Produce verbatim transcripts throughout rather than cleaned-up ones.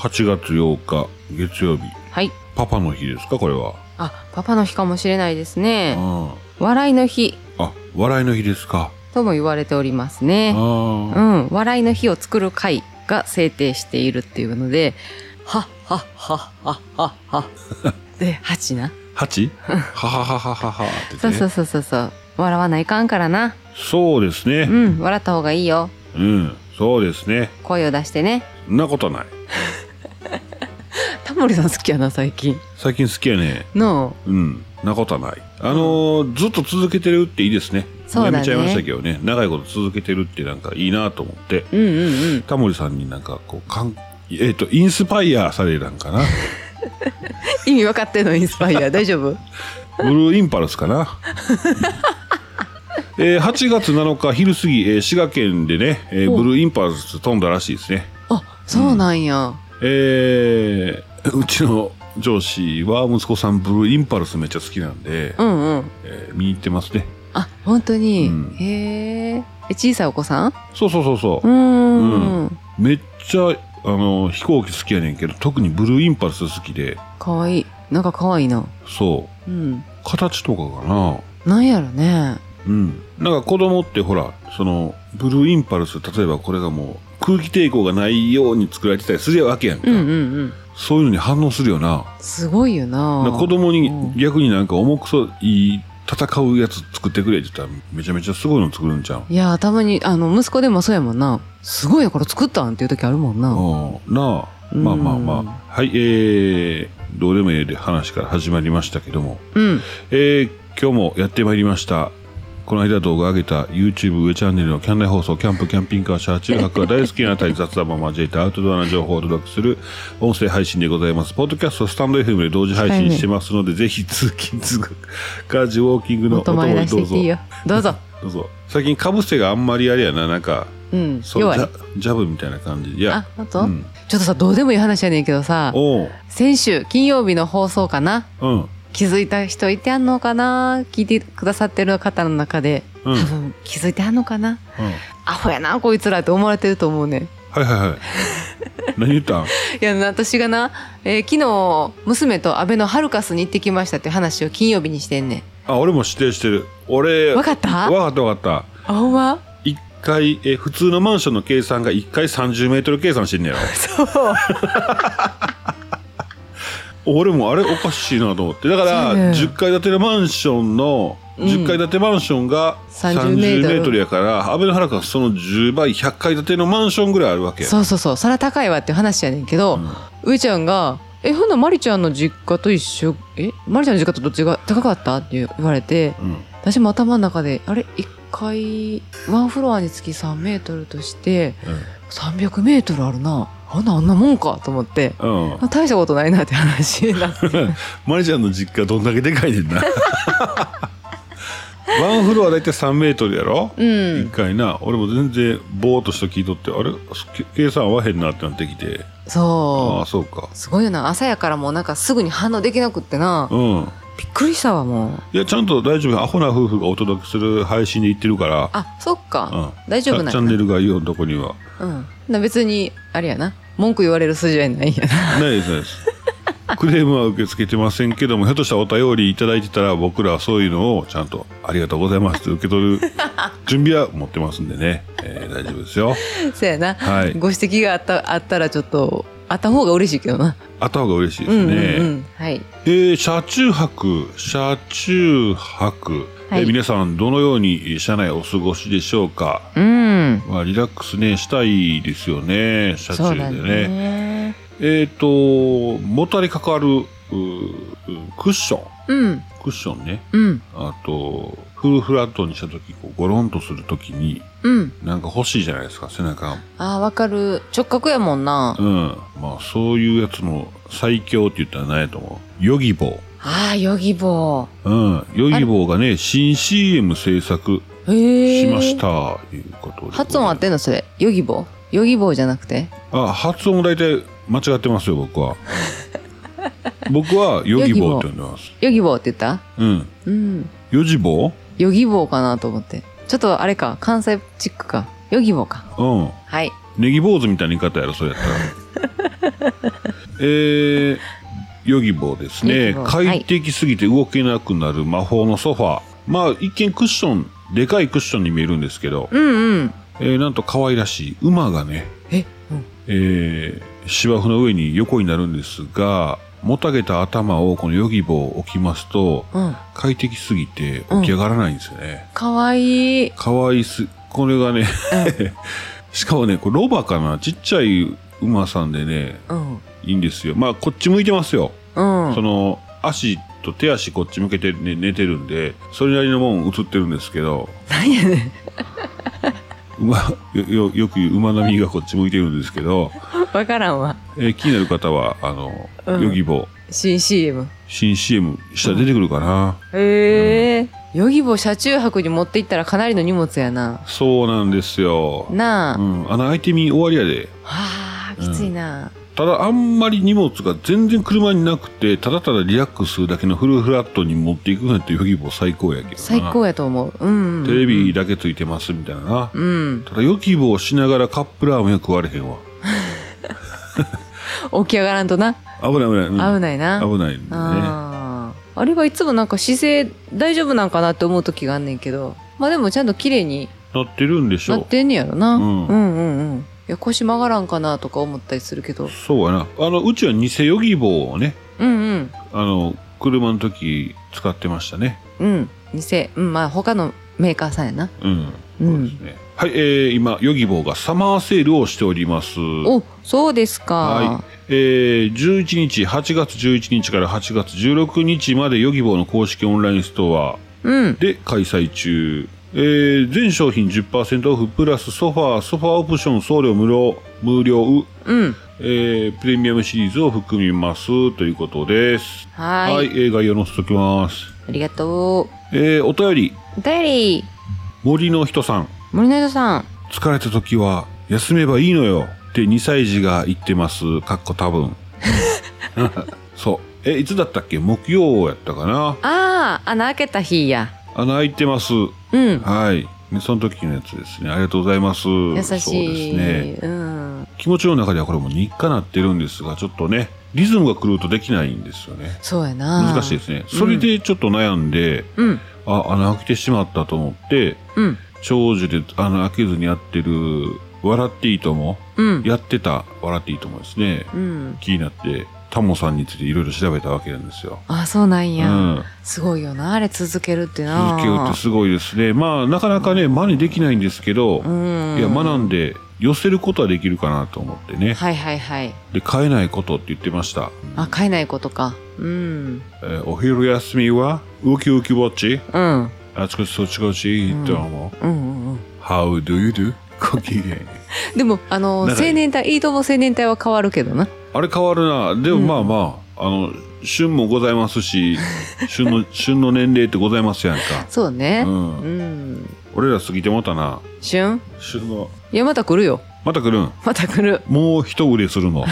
はちがつようか月曜日。 はい。 パパの日ですかこれは。 あ、パパの日かもしれないですね。 あ笑いの日。 あ、笑いの日ですか。 とも言われておりますね。 あうん、笑いの日を作る会が制定しているっていうので、はっはっはっはっはっはで、八な。 八？ははははははってね。 そうそうそうそうそう。笑わないかんからな。 そうですね。 うん、笑った方がいいよ。 うん、そうですね。 声を出してね。 そんなことない。 タモリさん好きやな最近。 最近好きやね。 の。 うん、なことはない。あのー、ずっと続けてるっていいですね。 そうだね。 やめちゃいましたけどね。長いこと続けてるってなんかいいなと思って。 うんうんうん。 タモリさんになんかこうかんえっ、ー、とインスパイアされたんかな。 意味分かってんのインスパイア大丈夫？ ブルーインパルスかな。えー、はちがつなのか昼過ぎ、えー、滋賀県でね、えー、ブルーインパルス飛んだらしいですね。 あ、そうなんや。うん、 えー、うちの上司は息子さんブルーインパルスめっちゃ好きなんで、 うんうん、 えー、見に行ってますね。 あ、本当に、うん、へえ。小さいお子さん？ そうそうそうそう。 うん、うん、 めっちゃあの飛行機好きやねんけど、特にブルーインパルス好きで。 かわいい。なんかかわいいな。 そう。うん。形とかかな。 なんやろね。 うん。なんか子供ってほら、そのブルーインパルス、例えばこれがもう空気抵抗がないように作られてたりするわけやんか。うんうんうん。そういうのに反応するよな。 すごいよな。 な子供に逆になんか重くそいい戦うやつ作ってくれって言ったらめちゃめちゃすごいの作るんちゃう？ いやたまにあの息子でもそうやもんな。すごいやから作ったんっていう時あるもんな。 うん。なあ。まあまあまあ。はい、えー、どうでもええで話から始まりましたけども。うん。えー、今日もやってまいりました。この間動画上げた YouTube 上チャンネルのキャン内放送、キャンプ、キャンピングカー、車中泊が大好きなあたり雑談も交えてアウトドアな情報をお届けする音声配信でございます。ポッドキャスト、スタンド エフエム で同時配信してますので、はい、ぜひ通勤通学、家事ウォーキングのお供にどうぞ。 どうぞ。 どうぞ。最近かぶせがあんまりあれやな、なんか、うん、そうジャ、ジャブみたいな感じ。いや、 あ、本当、うん、ちょっとさ、どうでもいい話やねんけどさ、お先週金曜日の放送かな。うん。気づいた人いてあんのかな、聞いてくださってる方の中で、うん、多分気づいてあんのかな、うん、アホやなこいつらって思われてると思うね。 はいはいはい。何言ったん？いや私がな、えー、昨日娘と阿部のハルカスに行ってきましたっていう話を金曜日にしてんねん。 あ、俺も指定してる。俺分かった？ 分かった分かった。 あ、ほんま？ いっかい、え普通のマンションの計算がいっかいさんじゅうメートル計算してんねやろ。そう俺もあれおかしいなと思って。だからじゅっかい建てのマンションのじゅっかい建てマンションがさんじゅうメートルやから、阿部のハルカスそのじゅうばいひゃっかい建てのマンションぐらいあるわけや。 そうそうそう、それは高いわっていう話やねんけど、うん、上ちゃんがえほんなマリちゃんの実家と一緒、えマリちゃんの実家とどっちが高かったって言われて、うん、私も頭の中であれいっかいワンフロアにつきさんメートルとして、うん、さんびゃくメートルあるな、あんなあんなもんかと思って、うん、大したことないなって話になってマリちゃんの実家どんだけでかいねんなワンフロアだいたいさんメートルやろ、うん、いっかいな。俺も全然ぼーっとした聞いとって、あれ計算合わへんなってなってきて。 そう。 ああ、そうか。 すごいよな。朝やからもうなんかすぐに反応できなくってな。うん。びっくりしたわもう。 いやちゃんと大丈夫。アホな夫婦がお届けする配信で言ってるから。 あ、そっか。うん、大丈夫なチャンネル概要のとこには。 うん。な別にあれやな。文句言われる筋合いないんやな。 ないですないです。クレームは受け付けてませんけども、ひょっとしたらお便りいただいてたら僕らはそういうのをちゃんとありがとうございますって受け取る準備は持ってますんでね、えー、大丈夫ですよ。 そうやな、はい、ご指摘があった、あったらちょっとあった方が嬉しいけどな。 あった方が嬉しいですね。うんうんうん、はい。えー、車中泊車中泊、はい、えー、皆さんどのように車内お過ごしでしょうか。うん、まあ、リラックスねしたいですよね、車中でね。そうだね。えっともたれかかるクッション、うん、クッションね、うん、あとフルフラットにした時こうゴロンとする時に、うん、なんか欲しいじゃないですか、背中。 あーわかる、直角やもんな。うん、 まあそういうやつの最強って言ったら何やと思う？ヨギボー。 ああ、ヨギボー。うん、ヨギボーがね新 シーエム 制作しましたということで。 発音合ってんのそれ？ヨギボー？ヨギボーじゃなくて？ あ、発音大体間違ってますよ僕は。僕はヨギボーって呼んでます。 ヨギボーって言った？うん。 うん。ヨジボー？ ヨギボーかなと思って。ちょっとあれか、関西チックか。ヨギボーか。うん。はい。 ネギ坊主みたいな言い方やろそれやったら。 えー、ヨギボーですね。快適すぎて動けなくなる魔法のソファー。まあ一見クッション、でかいクッションに見えるんですけど、 うんうん、 えー、なんと可愛らしい馬がね、 え、うん、 えー、芝生の上に横になるんですが、もたげた頭をこのヨギボーを置きますと、うん、快適すぎて起き上がらないんですよね。 かわいい。 かわいいす。これがね、うん、しかもね、これロバかな、ちっちゃい馬さんでね、うん、いいんですよ。まあこっち向いてますよ。うん、その足と手足こっち向けて、ね、寝てるんで、それなりのもん映ってるんですけど。 何やねん。 馬 よ, よ, よく言う馬並みがこっち向いてるんですけど。 わからんわ。 えー、気になる方はあの、うん、ヨギボー。 新 シーエム。 新 シーエム 下出てくるかな。 うん、へえ、うん。ヨギボー車中泊に持っていったらかなりの荷物やな。 そうなんですよ。 なあ。 うん。穴開いてみ終わりやで。 はあ、きついな。うん、 ただあんまり荷物が全然車になくて、ただただリラックスするだけのフルフラットに持っていくなんてヨギボー最高やけどな。 最高やと思う。うんうんうん、 テレビだけついてますみたいな。うん。ただヨギボーしながらカップラーメンは食われへんわ。 起き上がらんとな。 危ない危ない。うん、 危ないな。 危ないんでね。 ああれはいつもなんか姿勢大丈夫なんかなって思う時があんねんけど、まあでもちゃんと綺麗になってるんでしょ。 なってんねやろな。うん、うんうんうん。いや腰曲がらんかなとか思ったりするけど。 そうやな。あのうちは偽ヨギボーをね、うんうん、あの車の時使ってましたね。 うん、偽、うん、まあ他のメーカーさんやな。 うん、そうですね。はい、えー、今ヨギボーがサマーセールをしております。 お、そうですか。 はい。えー、じゅういちにち、はちがつじゅういちにちからはちがつじゅうろくにちまでヨギボーの公式オンラインストアで開催中。うん、えー、全商品 じゅっパーセント オフプラスソファー、ソファーオプション送料無料、無料、うん、えー、プレミアムシリーズを含みますということです。 はい。 はい、えー、概要載せときます。 ありがとう。えー、お便り。 お便り。 森の人さん。 森の人さん。 疲れた時は休めばいいのよってにさい児が言ってます。かっこ多分。そう。え、いつだったっけ？木曜やったかな。 ああ、穴開けた日や。 穴開いてます。うん。はい。ね、その時のやつですね。ありがとうございます。 優しい。 そうですね。 うん。 気持ちの中ではこれも日課なってるんですが、ちょっとね、リズムが狂うとできないんですよね。 そうやな。 難しいですね。それでちょっと悩んで、うん、あ、穴開けてしまったと思って、うん、長寿で穴開けずにやってる、笑っていいとも、うん、やってた笑っていいともですね、うん、気になって、タモさんについていろいろ調べたわけなんですよ。 あ、そうなんや、うん。すごいよな、あれ続けるってな。 続けるってすごいですね。まあ、なかなかね、真似できないんですけど、うん、いや、学んで、寄せることはできるかなと思ってね。 はいはいはい。 で、変えないことって言ってました。 あ、変えないことか。うん。 えー、お昼休みは、ウキウキウォッチ？うん。あちこちそっちこっち行っても。うんうんうん。How do you do? ご機嫌。 でも、あの、青年隊、いいとも青年隊は変わるけどな。 あれ変わるな。でもまあまあ、うん、あの、旬もございますし、旬の、旬の年齢ってございますやんか。 そうね。うん。うん、俺ら過ぎてもたな。 旬？ 旬の。 いや、また来るよ。 また来るん？ また来る。 もう一売れするの。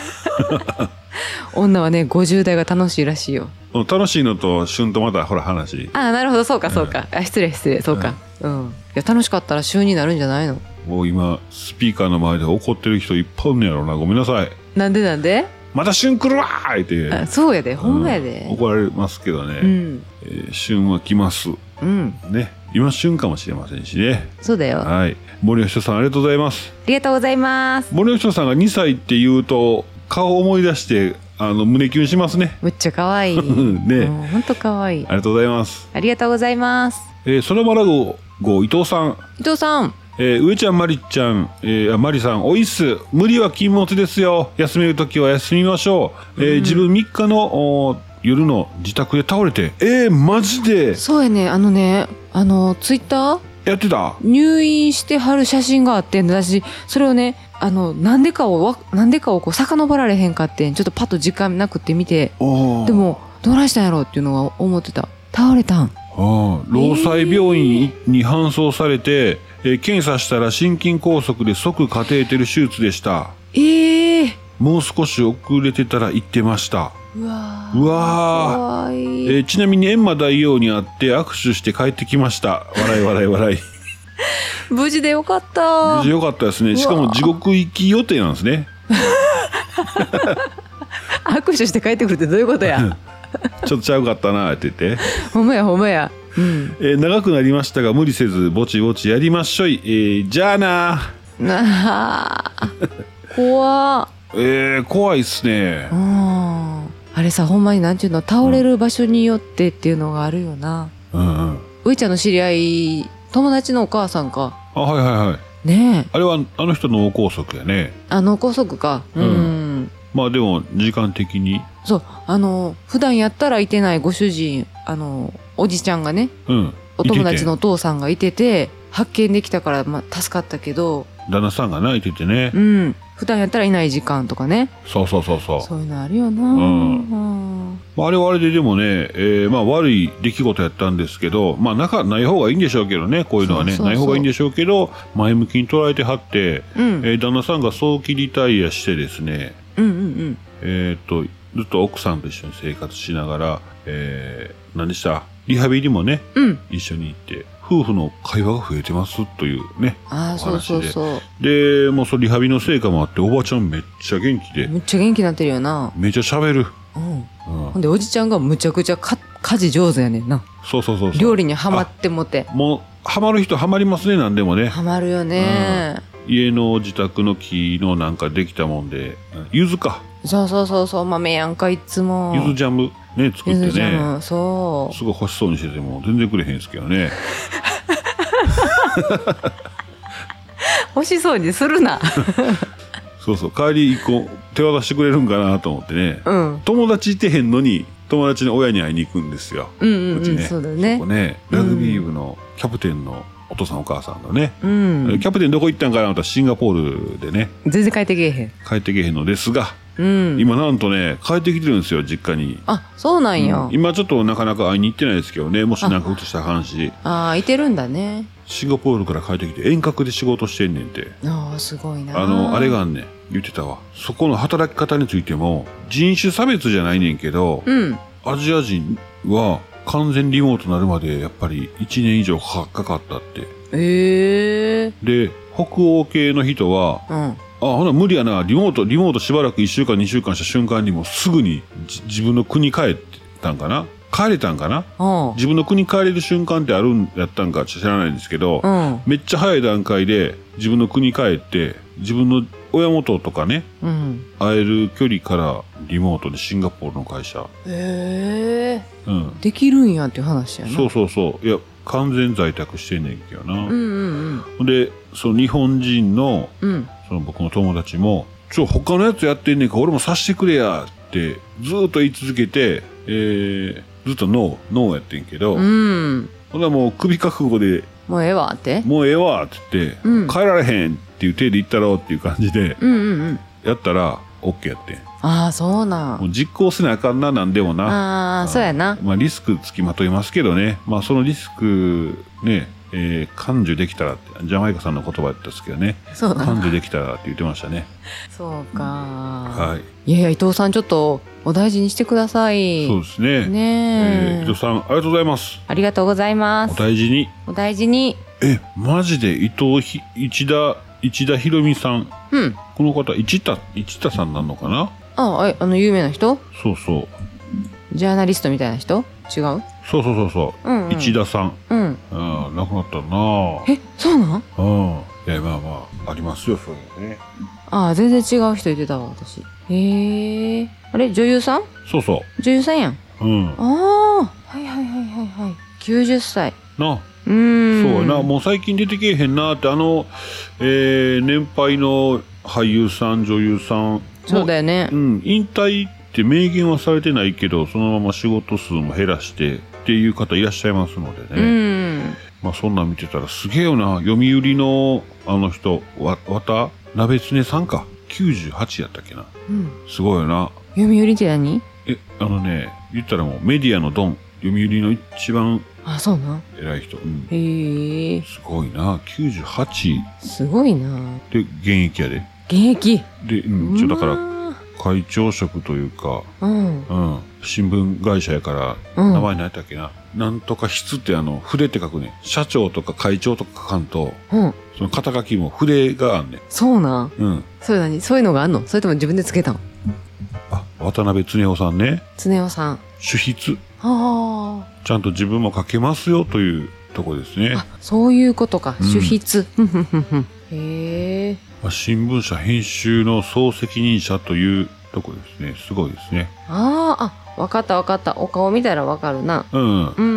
女はね、ごじゅう代が楽しいらしいよ。 楽しいのと旬とまたほら話。 ああ、なるほど、そうかそうか。うん、あ、失礼失礼、そうか。うん。うん、いや、楽しかったら旬になるんじゃないの？ もう今、スピーカーの前で怒ってる人いっぱいいるんやろうな。ごめんなさい。 なんでなんで？ また旬来るわーって。 あ、そうやで、ほんまやで、 うん。怒られますけどね。うん、えー、旬は来ます。うん。ね。今旬かもしれませんしね。 そうだよ。 はい。森の人さんありがとうございます。 ありがとうございます。 森の人さんがにさいって言うと、顔を思い出して、あの、胸キュンしますね。 むっちゃ可愛い。 ね。 ほんと可愛い。 ありがとうございます。 ありがとうございます。 えー、そらまらご号伊藤さん。 伊藤さん。 えー、上ちゃんまりちゃん、えー、まりさん、おいっす。無理は禁物ですよ。休めるときは休みましょう。えーうん、自分みっかの夜の自宅で倒れて。えー、マジで？ そうやね。あのね、あの、ツイッターやってた？ 入院してはる写真があってん、私、それをね、あの、なんでかを、なんでかをこう、遡られへんかってん、ちょっとパッと時間なくって見て、でも、どないしたんやろうっていうのは思ってた。倒れたん。 ああ、労災病院に搬送されて、えー、検査したら心筋梗塞で即カテーテル手術でした。 ええー。 もう少し遅れてたら言ってました。 うわー。うわー。いい、えー、ちなみに閻魔大王に会って握手して帰ってきました。笑い笑い笑い。 無事でよかった。 無事よかったですね。しかも地獄行き予定なんですね。 握手して帰ってくるってどういうことや。 ちょっとちゃうかったなって言ってほんまやほんまや、うん、 えー、長くなりましたが無理せずぼちぼちやりましょい、えー、じゃあなな怖えー、怖いっすね。 うん、あれさほんまになんていうの倒れる場所によってっていうのがあるよな、うんうん、ういちゃんの知り合い友達のお母さんか。 あ、はいはいはいねえ、 あれはあの人脳梗塞やね。 あ、脳梗塞か、うん、うん、 まあでも時間的にそう、あの普段やったらいてないご主人、あのおじちゃんがね、うん、お友達のお父さんがいてて発見できたから、まあ、助かったけど旦那さんが泣いててね、 うん、普段やったらいない時間とかね。 そうそうそうそう、 そういうのあるよな、 うんうん、まあ、あれはあれででもね、えーまあ、悪い出来事やったんですけど、まあ、なかない方がいいんでしょうけどね、こういうのはね。そうそうそう、ない方がいいんでしょうけど前向きに捉えてはって、うん、えー、旦那さんが早期リタイアしてですね、うんうんうん、えー、っとずっと奥さんと一緒に生活しながら、えー、何でしたリハビリもね、うん、一緒に行って夫婦の会話が増えてますというね、 あ、そうそうそう、 でもうそのリハビリの成果もあっておばちゃんめっちゃ元気でめっちゃ元気になってるよな。 めっちゃ喋る、 うん、うん、ほんでおじちゃんがむちゃくちゃか家事上手やねんな。 そうそうそうそう、 料理にハマってもて、 もうハマる人ハマりますね。何でもねハマるよね、 うん、家の自宅の木のなんかできたもんで柚子か、 そうそうそうそう、豆やんかいつも柚子ジャムね作ってね、 そうすごい欲しそうにしてても全然くれへんすけどね欲しそうにするなそうそう、帰り一個手渡してくれるんかなと思ってね、うん、友達いてへんのに友達の親に会いに行くんですよ。うんうんうん、うちね、そうだね、そこねラグビー部のキャプテンのお父さんお母さんのね、うん、キャプテンどこ行ったんかなとシンガポールでね全然帰ってけえへん帰ってけえへんのですが、うん、今なんとね帰ってきてるんですよ実家に。 あ、そうなんや、 うん、今ちょっとなかなか会いに行ってないですけどね、もしなんかうつした話。 ああ、いてるんだね。 シンガポールから帰ってきて遠隔で仕事してんねんて。 ああ、すごいな。 あのあれがあんねん、言ってたわ。そこの働き方についても人種差別じゃないねんけど、うん、アジア人は完全リモートになるまでやっぱりいちねん以上かかったって。えー、で北欧系の人は、うん、あ、ほな無理やな、リモートリモートしばらくいっしゅうかんにしゅうかんした瞬間にもすぐに自分の国帰ったんかな、帰れたんかな、うん、自分の国帰れる瞬間ってあるんやったんか知らないんですけど、うん、めっちゃ早い段階で自分の国帰って自分の親元とかね、うん、会える距離からリモートでシンガポールの会社、へえ、うん、できるんやっていう話やな。 そうそうそう、いや完全在宅してんねんけどな、うんうんうん、でその日本人の、うん、その僕の友達もちょ他のやつやってんねんから俺もさしてくれやってずっと言い続けて、えー、ずっとノーノーやってんけど、うん、ほんならもう首覚悟でもうええわってもうええわって言って、うん、帰られへんっていう手で言ったろうっていう感じで、うんうんうん、やったら OK やってん。 ああ、そうなん。 もう実行せなあかんな、なんでもな。 ああ、そうやな。 まあリスクつきまといますけどね。まあそのリスクね、えー、感受できたらって、ジャマイカさんの言葉だったんですけどね。そうだ。感受できたらって言ってましたね。 そうか。 はい。 いやいや、伊藤さんちょっとお大事にしてください。 そうですね。 ねえー、伊藤さんありがとうございます。 ありがとうございます。 お大事に。 お大事に。 え、マジで伊藤ひ、市田、市田ひろみさん。うん。この方、市田、市田さんなのかな？ ああ、あの有名な人？ そうそう。 ジャーナリストみたいな人？違う？ そうそうそうそう。うんうん、市田さん。うん。ああ、亡くなったな。 え、そうなん？ うん。いや、まあまあ、ありますよ、そういうのね。 ああ、全然違う人言ってたわ、私。へえ。あれ、女優さん？ そうそう。 女優さんやん。うん。ああ、はいはいはいはいはい。きゅうじゅっさい。 な。うん。そうやな。もう最近出てけえへんなって、あの、えー、年配の俳優さん、女優さん。 そうだよね。 うん。引退って明言はされてないけど、そのまま仕事数も減らしてっていう方いらっしゃいますのでね。うん。まあそんなん見てたらすげえよな。読売のあの人、わ、わたなべつねさんか。きゅうじゅうはちやったっけな。うん。すごいよな。 読売って何？ え、あのね、言ったらもうメディアのドン。読売の一番あ、そうな偉い人。うん、 へえ。 すごいな。きゅうじゅうはち。 すごいな。 で、現役やで。 現役で、うん、ちょ、だから、会長職というか、うん。うん。新聞会社やから、うん、名前何やったっけな。なんとか筆ってあの、筆って書くね。社長とか会長とか書かんと、うん。その肩書きも筆があんねん。 そうなん。うん。それ何そういうのがあんの？それとも自分でつけたの？ 渡辺恒夫さんね。 恒夫さん。 主筆。 はあ。 ちゃんと自分も書けますよというとこですね。 あ、そういうことか。 うん、 主筆。へえ。 新聞社編集の総責任者というとこですね。すごいですね。 ああ、あ、わかったわかった。お顔見たらわかるな。 うん。 うん。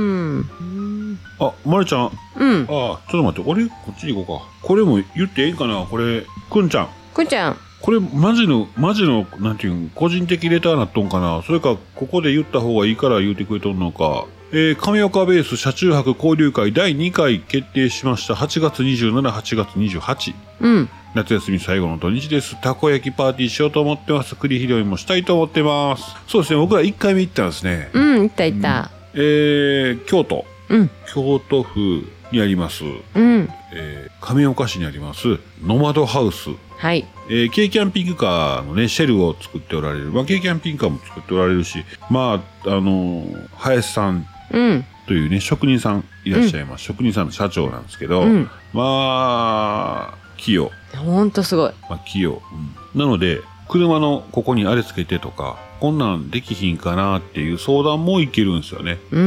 あ、まるちゃん。 うん。 あ、ちょっと待って。俺、こっちに行こうか。これも言ってええんかな。これ、くんちゃん。 くんちゃん。 これ、マジの、マジの、なんていうん、個人的レターなっとんかな。それか、ここで言った方がいいから言うてくれとんのか。えー、亀岡ベース車中泊交流会だいにかい決定しました。はちがつにじゅうしち、はちがつにじゅうはち。 うん。 夏休み最後の土日です。たこ焼きパーティーしようと思ってます。栗拾いもしたいと思ってます。そうですね。僕らいっかいめ行ったんですね。 うん、行った行った。 うん、えー、京都。 うん。 京都府にあります。 うん。 えー、亀岡市にあります。ノマドハウス。 はい。 えー、軽キャンピングカーのね、シェルを作っておられる。まあ、軽キャンピングカーも作っておられるし、まあ、あのー、林さん。 うん。 というね、職人さんいらっしゃいます。うん、職人さんの社長なんですけど、うん、まあ、器用。 ほんとすごい。 まあ、器用。うん、なので、車のここにあれつけてとか、こんなんできひんかなっていう相談もいけるんですよね。 うん。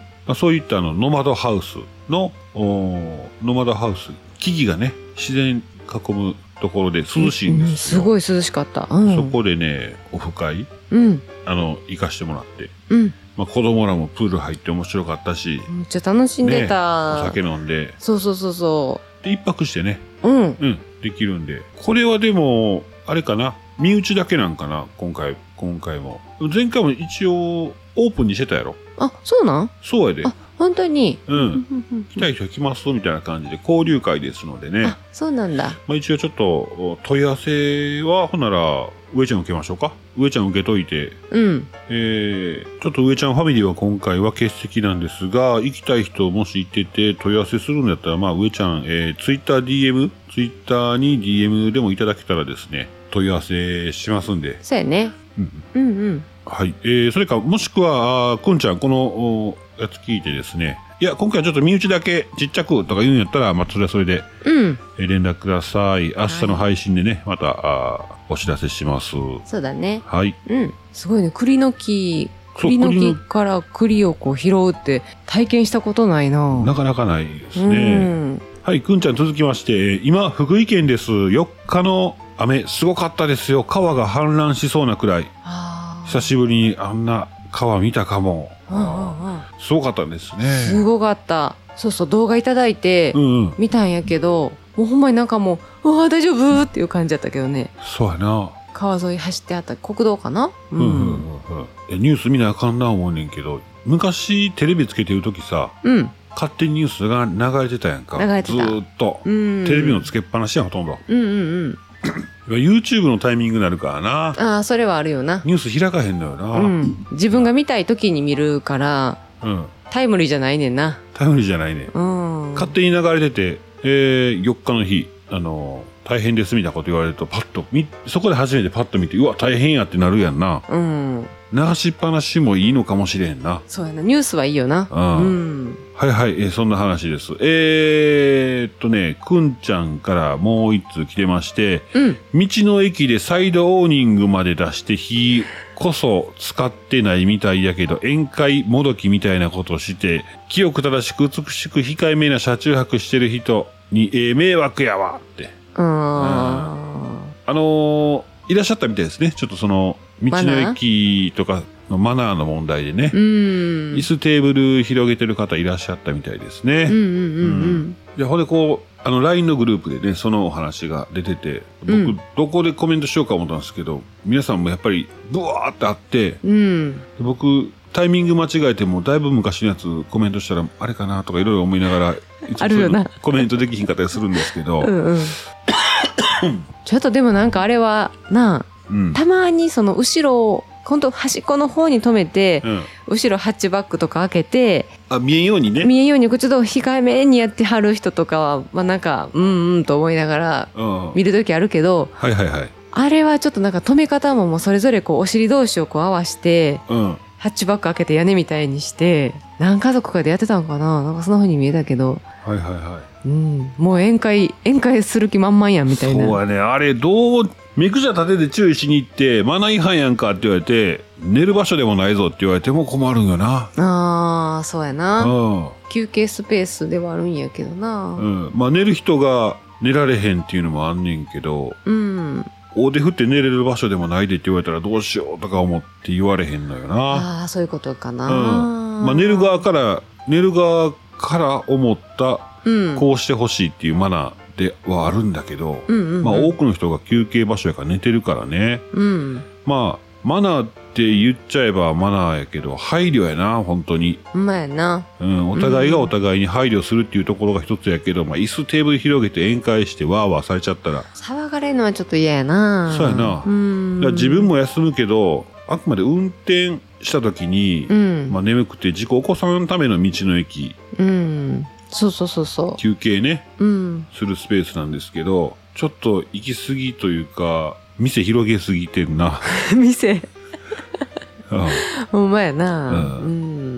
まあ、そういったあの、ノマドハウスの、ノマドハウス、木々がね、自然囲むところで涼しいんですよ。 うん、すごい涼しかった。 うん、そこでね、オフ会、 うん、 あの、行かしてもらって。 うん。 まあ、子供らもプール入って面白かったし。 めっちゃ楽しんでた。 ね、お酒飲んで。 そうそうそうそう。 で、一泊してね。 うん。 うん。できるんで。これはでも、あれかな。身内だけなんかな。今回、今回も。前回も一応、オープンにしてたやろ。 あ、そうなん？ そうやで。 あ、本当に。 うん。来たい人来ますみたいな感じで、交流会ですのでね。 あ、そうなんだ。 まあ一応ちょっと、問い合わせは、ほんなら、上ちゃん受けましょうか。上ちゃん受けといて。 うん。 えー、ちょっと上ちゃんファミリーは今回は欠席なんですが、行きたい人もし行ってて問い合わせするんだったら、まあ上ちゃん、えー、ツイッター ディーエム、ツイッターに ディーエム でもいただけたらですね、問い合わせしますんで。 そうやね。うん。うんうん。 はい。えー、それか、もしくは、くんちゃん、この、やつ聞いてですね、いや、今回はちょっと身内だけちっちゃくとか言うんやったら、まあ、それはそれで、 うん。 えー、連絡ください。明日の配信でね、はい、また、あお知らせします。 そうだね。 はい。 うん。すごいね。栗の木、栗の木から栗をこう拾うって体験したことないな。 なかなかないですね。うん、はい、くんちゃん続きまして、今、福井県です。よっかの雨、すごかったですよ。川が氾濫しそうなくらい。久しぶりにあんな川見たかも。すごかったんですね。 すごかった。そうそう、動画いただいて見たんやけど、うんうん、もうほんまになんかもう、うわ大丈夫っていう感じだったけどね。 そうやな。 川沿い走ってあった国道かな、うんうんうんうん、ニュース見なあかんな思うねんけど、昔テレビつけてる時さ、うん、勝手にニュースが流れてたやんか。 流れてた。 ずーっと、うん、テレビのつけっぱなしやんほとんど。 うんうんうん。 YouTube のタイミングになるからな。 ああ、それはあるよな。 ニュース開かへんのよな。 うん、自分が見たい時に見るから、うん、タイムリーじゃないねんな。 タイムリーじゃないねん。うん、勝手に流れてて、えー、よっかの日、あのー、大変ですみたいなこと言われるとパッとみそこで初めてパッと見て、うわ大変やってなるやんな。うん。流しっぱなしもいいのかもしれんな。 そうやな、ニュースはいいよな。うん。うん、 はいはい、えー、そんな話です。えー、っとね、くんちゃんからもう一通来てまして、うん、道の駅でサイドオーニングまで出して火こそ使ってないみたいやけど、宴会もどきみたいなことをして、清く正しく美しく控えめな車中泊してる人に、えー、迷惑やわって。うん。あのー、いらっしゃったみたいですね。ちょっとその、道の駅とかのマナーの問題でね。うん。椅子テーブル広げてる方いらっしゃったみたいですね。うんうんうんうん。うん、で、ほんでこう、あの、ライン のグループでね、そのお話が出てて、僕、うん、どこでコメントしようか思ったんですけど、皆さんもやっぱり、ブワーってあって、うん、僕、タイミング間違えても、だいぶ昔のやつコメントしたら、あれかなとかいろいろ思いながら、 あるよな。 コメントできひんかったりするんですけど。うんうん、 ちょっとでもなんかあれは、なあ、うん、たまにその後ろを、今度端っこの方に止めて、うん、後ろハッチバックとか開けて、 あ、見えんようにね。 見えんように、ちょっと控えめにやってはる人とかは、まあなんか、うんうんと思いながら、見るときあるけど、 はいはいはい。 あれはちょっとなんか止め方ももうそれぞれこうお尻同士をこう合わせて、うん、 ハッチバック開けて屋根みたいにして何家族かでやってたのかな、なんかそんな風に見えたけど、 はいはいはい、 うん、もう宴会宴会する気満々やんみたいな。 そうやね、あれどう目くじゃ立てて注意しに行ってマナー違反やんかって言われて、寝る場所でもないぞって言われても困るんよな。 あーそうやな、 うん、 休憩スペースではあるんやけどな、 うん、まあ寝る人が寝られへんっていうのもあんねんけど、 うん、 大手振って寝れる場所でもないでって言われたらどうしようとか思って言われへんのよな。 ああそういうことかな、 うん、まあ寝る側から寝る側から思った、うん、こうしてほしいっていうマナーではあるんだけど、うんうんうん、まあ多くの人が休憩場所やから寝てるからね、うん、まあマナーって言っちゃえばマナーやけど配慮やな、本当に。 うまいな、 うん、お互いがお互いに配慮するっていうところが一つやけど、まあ椅子テーブル広げて宴会してワーワーされちゃったら騒がれるのはちょっと嫌やな。 そうやな。うん、だから自分も休むけど、あくまで運転した時に、うん、まあ眠くて事故起こさんための道の駅、 うん、そうそうそうそう、 休憩ね、うん、するスペースなんですけど、ちょっと行き過ぎというか店広げすぎてんな店ほんまやな、 うんうん、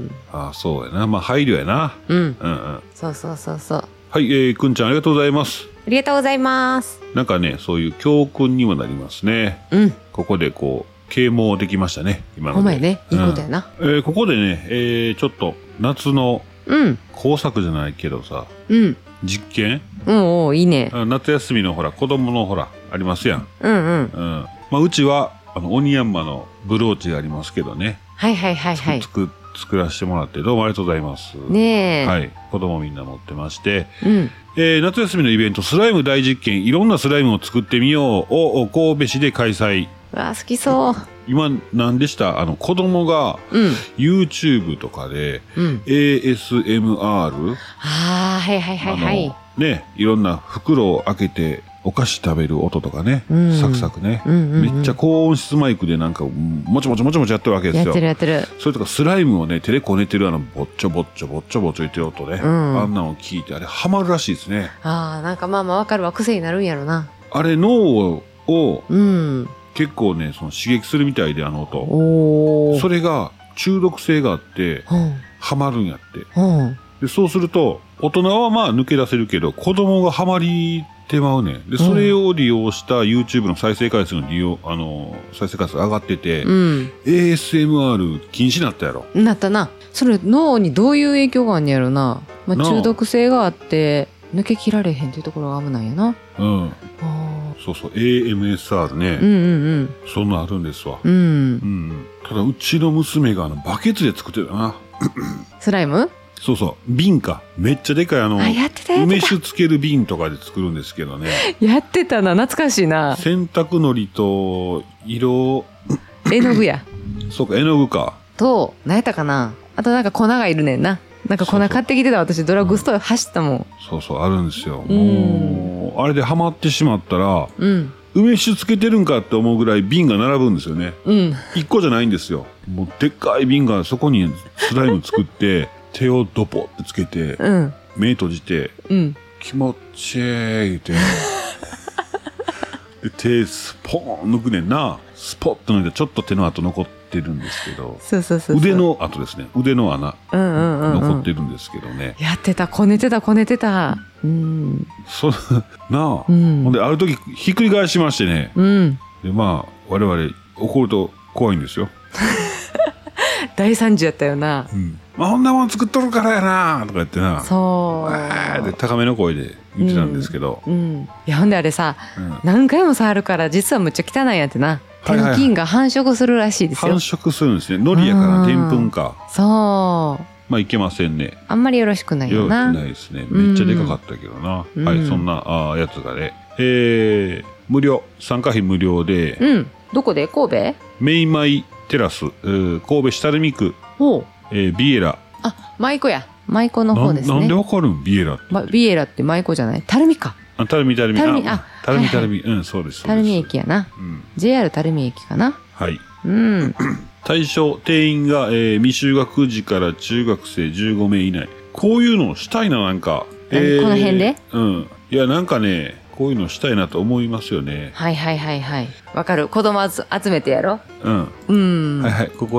ああそうやな、まあ配慮やな、うん、うんうん、 そうそうそうそう。 はい、えー、くんちゃんありがとうございます。 ありがとうございます。 なんかね、そういう教訓にもなりますね、うん、ここでこう啓蒙できましたね、今ので。 ほんまやね、いいことやな、 うん、えー、ここでね、えー、ちょっと夏の工作じゃないけどさ、うん、実験、 うん、おいいね。 夏休みのほら子供のほらありますやん、うんうん、うん、まあうちはあの鬼ヤンマのブローチがありますけどね、 はいはいはいはい、 作作らせてもらってどうもありがとうございます。 ねえ、 はい、子供みんな持ってまして、うん、えー、夏休みのイベントスライム大実験いろんなスライムを作ってみようを神戸市で開催。 わ好きそう。 今何でした、あの子供が YouTube とかで エーエスエムアール、うん、 あはいはいはいはい、 ね、いろんな袋を開けてお菓子食べる音とかね、うん、サクサクね、うんうんうん、めっちゃ高音質マイクでなんかもちもちもちもちやってるわけですよ。 やってるやってる。 それとかスライムをね手でこねてるあのぼっちょぼっちょぼっちょぼっちょ言ってる音ね、うん、あんなのを聞いてあれハマるらしいですね。 ああなんかまあまあわかるわ、癖になるんやろな。 あれ脳を、うん、結構ねその刺激するみたいで、あの音、おそれが中毒性があって、うん、ハマるんやって、うん、でそうすると大人はまあ抜け出せるけど子供がハマりてまうね。でそれを利用した YouTube の再生回数の利用あの再生回数が上がってて、うん、エーエスエムアール 禁止になったやろ。 なったな。それ脳にどういう影響があんねやろな、まあ、中毒性があって抜け切られへんっていうところが危ないやな。うん、 そうそう エーエムエスアール ね、うんうんうん、そんなんあるんですわ、うんうん、ただうちの娘があのバケツで作ってるなスライム。 そうそう瓶か、めっちゃでかいあのあやってたやってた梅酒つける瓶とかで作るんですけどねやってたな、懐かしいな。 洗濯のりと色絵の具やそうか絵の具かと何やったかな、あとなんか粉がいるねんな。なんか粉買ってきてた。私ドラッグストア走ったもん、うん、 そうそうあるんですよ。もうあれでハマってしまったら、うん、梅酒つけてるんかって思うぐらい瓶が並ぶんですよね、うん、いっこじゃないんですよ。もうでっかい瓶がそこにスライム作って手をドポってつけて、うん、目閉じて、うん、気持ちいい言うてで手スポーン抜くねんな。スポッと抜いてちょっと手の跡残ってるんですけど、 そうそうそうそう、 腕の跡ですね、腕の穴、うんうんうんうん、残ってるんですけどね。 やってた、こねてたこねてた、うん、 そなあ、うん、ほんである時ひっくり返しましてね、うん、でまあ我々怒ると怖いんですよ大惨事やったよな、 うん、まあこんなもん作っとるからやなとか言ってな、 そうわーで高めの声で言ってたんですけど、 うんうん、いやほんであれさ、うん、何回も触るから実はむっちゃ汚いんやってな。手の菌が繁殖するらしいですよ。 繁殖するんですね。海苔やからでんぷんか。 そうまあいけませんね。 あんまりよろしくないよな。 よろしくないですね。めっちゃでかかったけどな、うん、はい、そんなあやつがね、えー、無料参加費無料で、 うん、どこで？神戸？ メイマイテラス、神戸下垂水区、えー、ビエラ。 あ、舞妓や。舞妓の方ですね。 な, なんでわかるん？ビエラって、 ま、ビエラって舞妓じゃない？垂水か。 あ、垂水垂水。 垂水、あ、 垂水垂水、うん、そうです。 垂水駅やな、うん、ジェイアール 垂水駅かな。 はい、うん、対象定員が、えー、未就学児から中学生じゅうごめい以内。こういうのをしたいな、なんか、 えー、この辺で、 うん、いやなんかねこういうのしたいなと思いますよね。 はいはいはいはい、わかる。子供集めてやろ。 うん、うん、はいはい、ここ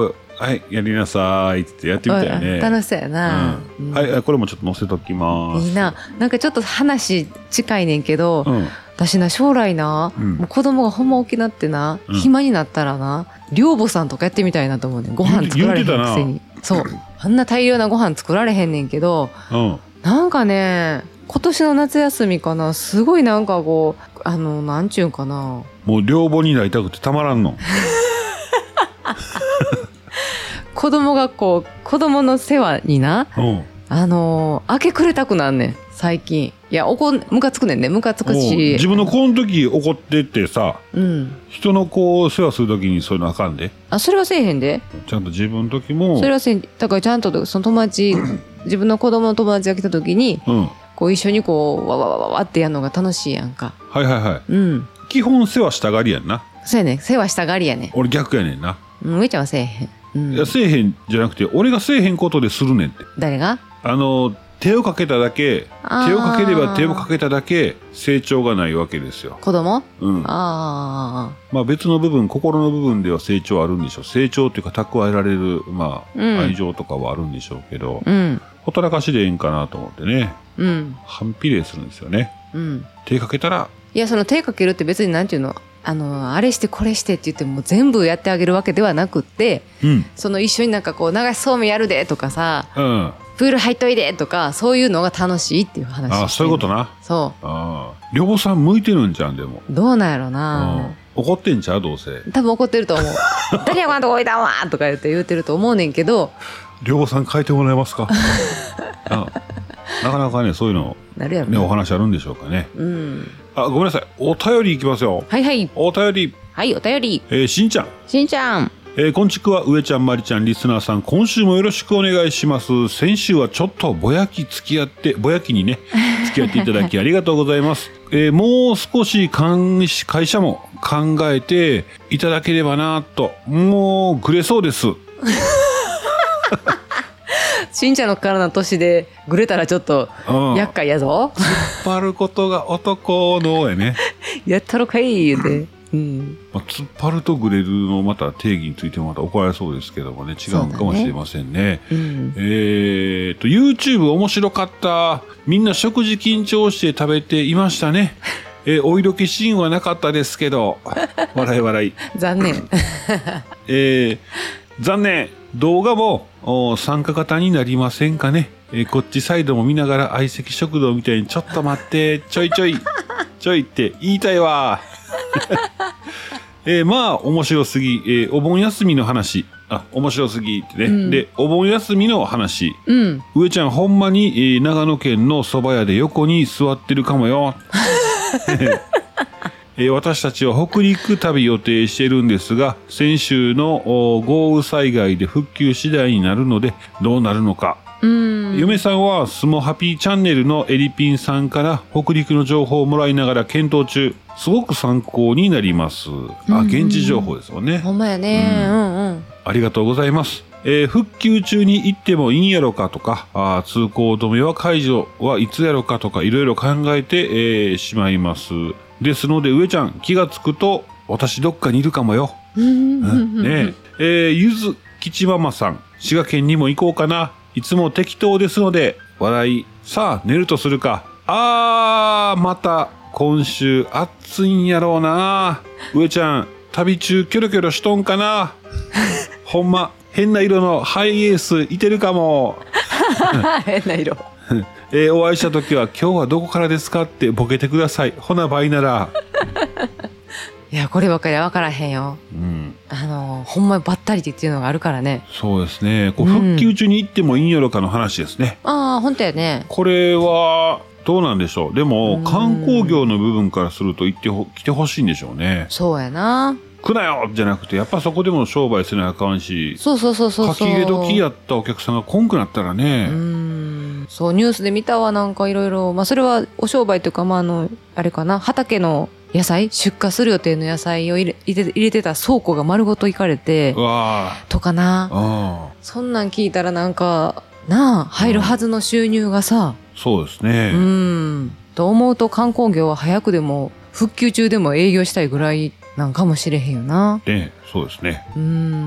はいやりなさいってやってみたいね。 楽しそうやな、 うんうん、はいこれもちょっと載せときます。 いいな。なんかちょっと話近いねんけど、うん、私な将来な、うん、もう子供がほんま大きなってな、うん、暇になったらな寮母さんとかやってみたいなと思うねん。ご飯作られへんくせに。そうあんな大量なご飯作られへんねんけど、うん、なんかね今年の夏休みかなすごいなんかこうあのなんちゅうんかなもう寮母になりたくてたまらんの子供がこう子供の世話にな、うん、あの明け暮れたくなんねん最近。いや怒ムカつくねんねムカつくし自分の子の時怒ってってさ、うん、人の子を世話する時にそういうのあかんで。 あそれはせえへんで。 ちゃんと自分の時もそれはせえへん。だからちゃんとその友達自分の子供の友達が来た時に、うん、こう一緒にこうわわわわわってやるのが楽しいやんか。 はいはいはい、うん、基本世話したがりやんな。 そうやね世話したがりやねん。 俺逆やねんな。 上ちゃんはせえへん、うん、 いやせえへんじゃなくて俺がせえへんことでするねんって。 誰が？ あの手をかけただけ手をかければ手をかけただけ成長がないわけですよ。 子供？ うん。 あまあ別の部分心の部分では成長あるんでしょう。成長っていうか蓄えられるまあ、うん、愛情とかはあるんでしょうけど、うん、ほったらかしでええんかなと思ってね。うん。反比例するんですよね。うん。手かけたら。 いやその手かけるって別になんていうのあのあれしてこれしてって言っても全部やってあげるわけではなくって、うん、その一緒になんかこう流しそうめんやるでとかさ。うん。プール入っといでとかそういうのが楽しいっていう話。 ああそういうことな。 そう。ああ寮母さん向いてるんじゃん。でもどうなんやろな、 うん、怒ってんちゃうどうせ。 多分怒ってると思う誰やこんなとこ置いたんわとか言って言ってると思うねんけど寮母さん変えてもらえますかあなかなかねそういうのなるやろ、 ね、お話あるんでしょうかね。うん。あごめんなさいお便りいきますよ。 はいはいお便りはいお便り、 えー、しんちゃんしんちゃんえー、こんちくは上ちゃんまりちゃんリスナーさん今週もよろしくお願いします。先週はちょっとぼやき付き合ってぼやきにね付き合っていただきありがとうございます、えー、もう少し会社も考えていただければなと。もうグレそうですしんちゃんのからの年でグレたらちょっと厄介やぞ。 突っ張ることが男のやねやったろかい言うてうんまあ、突っ張るとグレるのまた定義についてもまた怒られそうですけどもね違うかもしれません ね, ね、うん、えーと YouTube 面白かった。みんな食事緊張して食べていましたね、えー、お色気シーンはなかったですけど笑い笑い残念えー、残念。動画も参加型になりませんかね、えー、こっちサイドも見ながら相席食堂みたいにちょっと待ってちょいちょいちょいって言いたいわえー、まあ面白すぎ、えー、お盆休みの話あ面白すぎってね、うん、でお盆休みの話、うん、上ちゃんほんまに、えー、長野県の蕎麦屋で横に座ってるかもよ、えー、私たちは北陸旅予定してるんですが先週の豪雨災害で復旧次第になるのでどうなるのか。うん嫁さんはスモハピーチャンネルのエリピンさんから北陸の情報をもらいながら検討中。すごく参考になります。あ、現地情報ですもんね。 ほんまやね、うんうんうん、 ありがとうございます。えー、復旧中に行ってもいいんやろかとかあ通行止めは解除はいつやろかとかいろいろ考えて、えー、しまいます。ですので上ちゃん気がつくと私どっかにいるかもよ。ねえー、ゆずきちママさん滋賀県にも行こうかな。いつも適当ですので笑い。さあ寝るとするか。あーまた今週暑いんやろうな。上ちゃん旅中キョロキョロしとんかなほんま変な色のハイエースいてるかも変な色えー、お会いした時は今日はどこからですかってボケてください。ほな倍ならいやこればっかりは分からへんよ、うん、あのほんまばったりっていうのがあるからね。 そうですねこう復旧中に行ってもいいんやろかの話ですね、 うん、ああ本当やね。 これはどうなんでしょう。でも観光業の部分からすると行ってほ来てほしいんでしょうね。 そうやな。 来なよじゃなくてやっぱそこでも商売せなあかんし。 そうそうそうそう書き入れ時やったお客さんが来んくなったらね。うんそうニュースで見たわなんかいろいろ。まあそれはお商売というかまああのあれかな畑の野菜出荷する予定の野菜を入れ、入れ、入れてた倉庫が丸ごと行かれてとかなあ。そんなん聞いたらなんかなあ入るはずの収入がさ、 うん、そうですねうんと思うと観光業は早くでも復旧中でも営業したいぐらいなんかもしれへんよな。 ね、そうですね。 うん。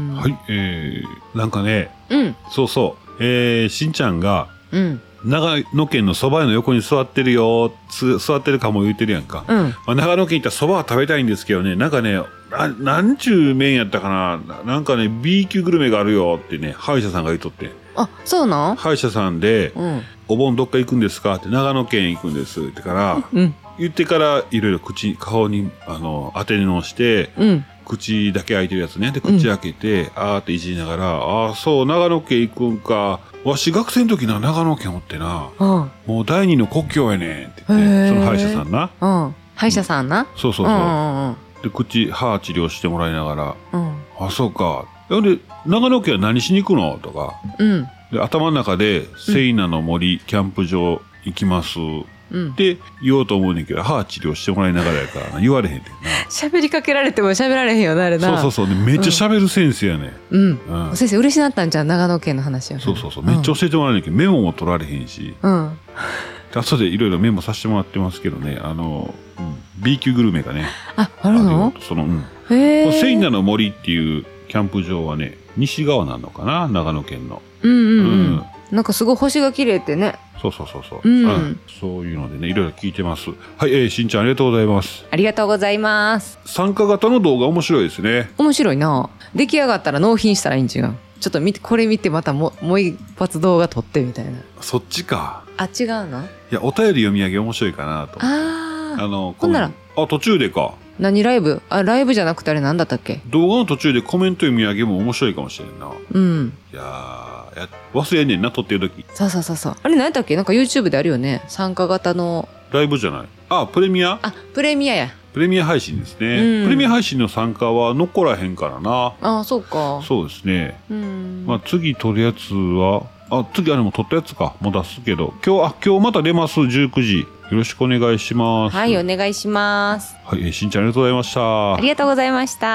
はい、えー、なんかね、 うん。 そうそう、えー、しんちゃんが、 うん。 長野県の蕎麦屋の横に座ってるよ、つ座ってるかも言ってるやんか。 うん。 まあ、長野県行ったら蕎麦は食べたいんですけどね、なんかね、な、なんちゅう麺やったかな、なんかね、B 級グルメがあるよってね、歯医者さんが言っとって。 あ、そうなん？ 歯医者さんで、 うん、 お盆どっか行くんですかって、長野県行くんですってから、 うん、 言ってからいろいろ口、顔に、あの、当て直して、うん、口だけ開いてるやつね。で、口開けて、うん、あーっていじりながら、ああ、そう、長野県行くんか。わし学生の時な、長野県おってな、うん、もう第二の故郷やねんって言って、その歯医者さんな。 うん。歯医者さんな、うん、 そうそうそう。うんうんうん、で、口、歯治療してもらいながら、うん、あ、そうか。で、長野県は何しに行くのとか、うん、で頭の中で、セイナの森、キャンプ場行きます。うん、って言おうと思うねんけど、歯治療してもらいながらやからな、言われへんねんな。 喋りかけられても喋られへんよな、あれな。 そうそうそう。めっちゃ喋る先生やね、 うん。うん。うん、先生嬉しなったんじゃん、長野県の話は、ね。 そうそうそう。めっちゃ教えてもらえねんけど、メモも取られへんし。うん。後でいろいろメモさせてもらってますけどね、あの、うん、B 級グルメがね。 あ、あるの？ その、うん。へー。セイナの森っていうキャンプ場はね、西側なのかな、長野県の。 うんうんうん。うん、なんかすごい星が綺麗ってね。 そうそうそうそう、うんうん、そういうのでね、いろいろ聞いてます。はい、えー、しんちゃんありがとうございます。 ありがとうございます。 参加型の動画面白いですね。 面白いな。出来上がったら納品したらいいん違う？ちょっと見て、これ見てまたももう一発動画撮ってみたいな。 そっちか。 あ、違うの？ いや、お便り読み上げ面白いかなと。 ああ。 あの、 ほんなら。 あ、途中でか。 何ライブ？あ、ライブじゃなくてあれ何だったっけ？ 動画の途中でコメント読み上げも面白いかもしれんな。 うん。 いやー、や忘れんねんな、撮ってる時。 そうそうそうそう。あれ何やったっけ？なんか YouTube であるよね。参加型の。 ライブじゃない。あ、プレミア？ あ、プレミアや。 プレミア配信ですね。うん、プレミア配信の参加は残らへんからな。 ああ、そうか。 そうですね。 うん。 まあ次撮るやつは、あ、次あれも撮ったやつか。もう出すけど。今日、あ、今日また出ます。じゅうくじ。よろしくお願いします。 はい、お願いします。 はい、えー、しんちゃんありがとうございました。 ありがとうございました。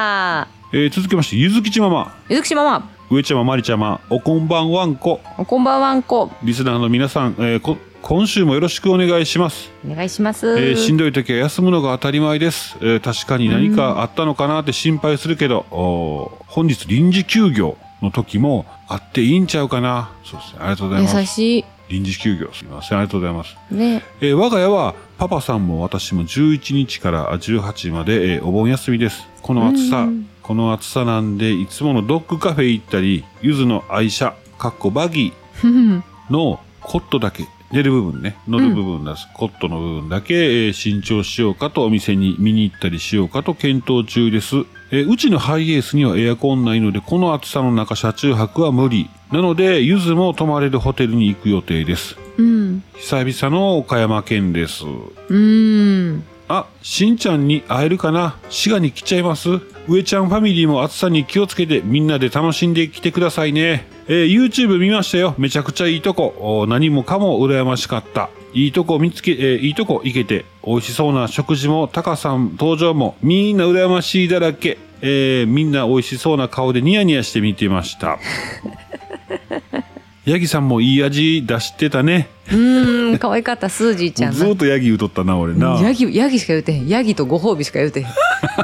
えー、続きまして、ゆずきちママ。 ゆずきちママ。 上ちゃま、まりちゃま、おこんばんわんこ。 おこんばんわんこ。 リスナーの皆さん、えー、こ今週もよろしくお願いします。 お願いします。 えー、しんどい時は休むのが当たり前です。えー、確かに何かあったのかなって心配するけど、お本日臨時休業の時もあっていいんちゃうかな。そうですね。ありがとうございます。 優しい。 臨時休業すみません。ありがとうございます。 ね。 えー、我が家はパパさんも私もじゅういちにちからじゅうはちまで、えー、お盆休みです。この暑さ、この暑さなんでいつものドッグカフェ行ったり、ゆずの愛車、かっこバギーのコットだけ、寝る部分ね、乗る部分です、うん、コットの部分だけ、えー、新調しようかとお店に見に行ったりしようかと検討中です。えー、うちのハイエースにはエアコンないので、この暑さの中車中泊は無理。なので、ゆずも泊まれるホテルに行く予定です。 うん、 久々の岡山県です。 うーん。 あ、しんちゃんに会えるかな？滋賀に来ちゃいます？上ちゃんファミリーも暑さに気をつけてみんなで楽しんできてくださいね。えー、YouTube 見ましたよ。めちゃくちゃいいとこ。何もかも羨ましかった。いいとこ見つけ、えー、いいとこ行けて、美味しそうな食事も、タカさん登場も、みんな羨ましいだらけ。えー、みんな美味しそうな顔でニヤニヤして見てました。ヤギさんもいい味出してたね。 うーん、可愛かった、スージーちゃん。 ずっとヤギ言うとったな、俺な。 ヤギ、ヤギしか言うてへん。ヤギとご褒美しか言うてへん。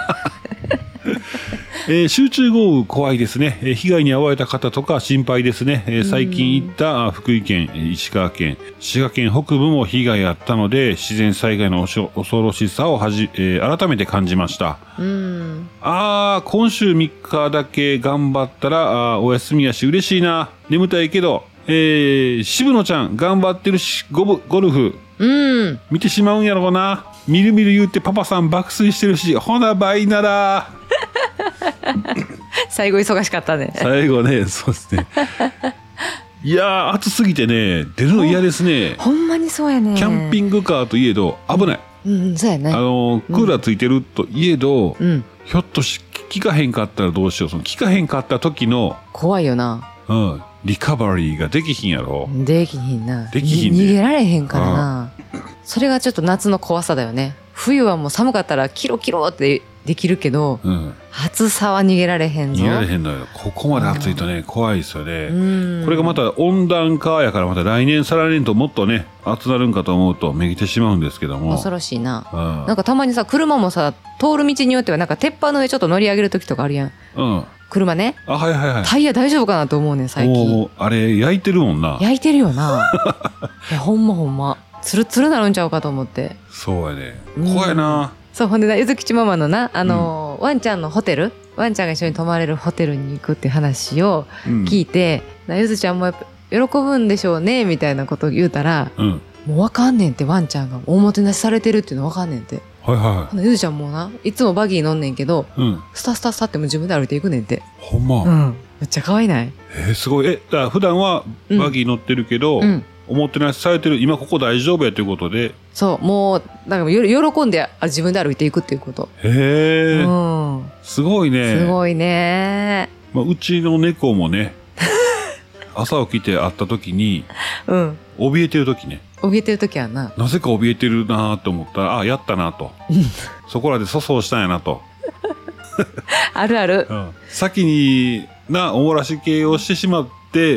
えー、集中豪雨怖いですね、えー。被害に遭われた方とか心配ですね。えー、最近行った福井県、石川県、滋賀県北部も被害あったので、自然災害の恐ろしさをはじ、えー、改めて感じました。 うんあー、今週みっかだけ頑張ったらあお休みやし嬉しいな。眠たいけど、えー、渋野ちゃん頑張ってるし、ゴブ、ゴルフ。 うん。 見てしまうんやろうな。みるみる言うてパパさん爆睡してるし、ほな倍なら。 最後忙しかったね。 最後ね、そうですね。いやー、暑すぎてね、出るの嫌ですね。 ほんまにそうやね。 キャンピングカーといえど危ない。 うん、うん、そうやね。 あの、クーラーついてるといえど、 うん、 ひょっとし、効かへんかったらどうしよう。その効かへんかった時の。 怖いよな。 うん。リカバリーができひんやろ。 できひんな。 できひんね。 逃げられへんからな。それがちょっと夏の怖さだよね。冬はもう寒かったらキロキロってできるけど、 うん、 暑さは逃げられへんぞ。 逃げられへんのよ。ここまで暑いとね、怖いですよね。これがまた温暖化やからまた来年再来年ともっとね暑なるんかと思うとめげてしまうんですけども。 恐ろしいな、 うん、 なんかたまにさ車もさ通る道によってはなんか鉄板の上ちょっと乗り上げる時とかあるやん、 うん、 車ね。 あ、はいはいはい。 タイヤ大丈夫かなと思うねん最近。 もうあれ焼いてるもんな。 焼いてるよないやほんまほんまツルツルなるんちゃうかと思って。 そうやね、怖いな。 そうほんでなゆずきちママのなあのーうん、ワンちゃんのホテルワンちゃんが一緒に泊まれるホテルに行くって話を聞いて、うん、なゆずちゃんもやっぱ喜ぶんでしょうねみたいなことを言うたら、うん、もう分かんねんってワンちゃんがおもてなしされてるっていうの分かんねんって。 はいはい。 ゆずちゃんもないつもバギー乗んねんけど、うん、スタスタスタっても自分で歩いていくねんって。 ほんま、 うん、めっちゃ可愛いない？ えー、すごい。えだから普段はバギー乗ってるけど、うんうんおもてなしされてる今ここ大丈夫やということで。 そうもうなんかよ喜んで自分で歩いていくっていうこと。 へえ、うん、すごいね。 すごいね、 まあ、うちの猫もね朝起きて会った時に、うん、怯えてる時ね怯えてる時はななぜか怯えてるなと思ったらあやったなとそこらで粗相したんやなとあるある、 うん、先になおもらし系をしてしまって、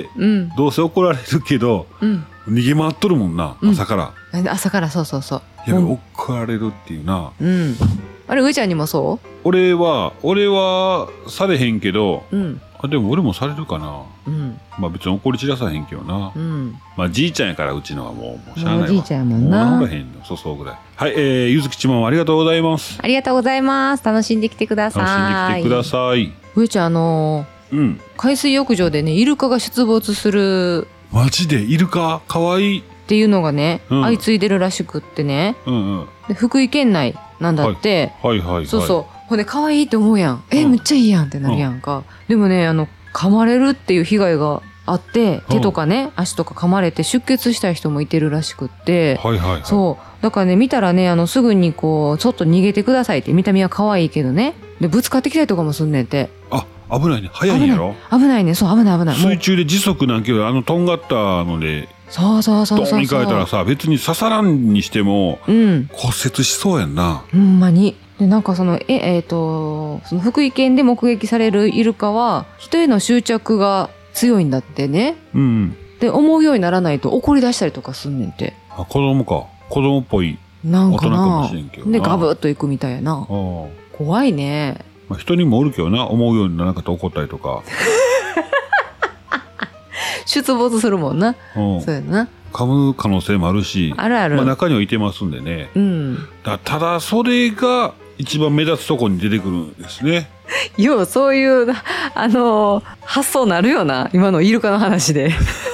うん、どうせ怒られるけど、うん逃げ回っとるもんな、朝から、 うん、朝からそうそうそういや、うん、怒られるっていうな、 うん、あれ上ちゃんにもそう？ 俺は俺はされへんけど、うん、あでも俺もされるかな、うん、まあ別に怒り散らさへんけどな、うん、まあじいちゃんやからうちのはもうもうしゃあないわ。 じいちゃんやもんな。 もう治らへんのそうそうぐらい。はい、えー、ゆずきちまんありがとうございます。 ありがとうございます。楽しんできてください。 楽しんできてください。 上ちゃんあのー、うん、海水浴場でねイルカが出没する。 マジでイルカかわいいっていうのがね、うん、相次いでるらしくってね、うんうん、で福井県内なんだって、はい、はいはいはいそうそうほんで可愛いって思うやんえ、うん、めっちゃいいやんってなるやんか、うん、でもねあの噛まれるっていう被害があって手とかね、うん、足とか噛まれて出血した人もいてるらしくって、はいはいはい、そうだからね見たらねあのすぐにこうちょっと逃げてくださいって見た目は可愛いけどねでぶつかってきたりとかもすんねんて。 あ危ないね早いんやろ。 危ない、危ないねそう危ない危ない水中で時速なんけどあのとんがったのでそうそうそうそうそうドンに変えたらさ別に刺さらんにしても、うん、骨折しそうやんな。 ほんまにでなんかそのええー、とその福井県で目撃されるイルカは人への執着が強いんだってね、うん、で思うようにならないと怒り出したりとかすんねんて。 あ子供か子供っぽいなんかな大人かもしれんけどなでガブッといくみたいやな。怖いね。 まあ、人にもおるけどな思うようにならなかったら怒ったりとか出没するもんな、うん、そうやな噛む可能性もあるしあるある、 まあ、中にはいてますんでね、うん、だただそれが一番目立つとこに出てくるんですね。 ようそういうあのー、発想なるよな今のイルカの話で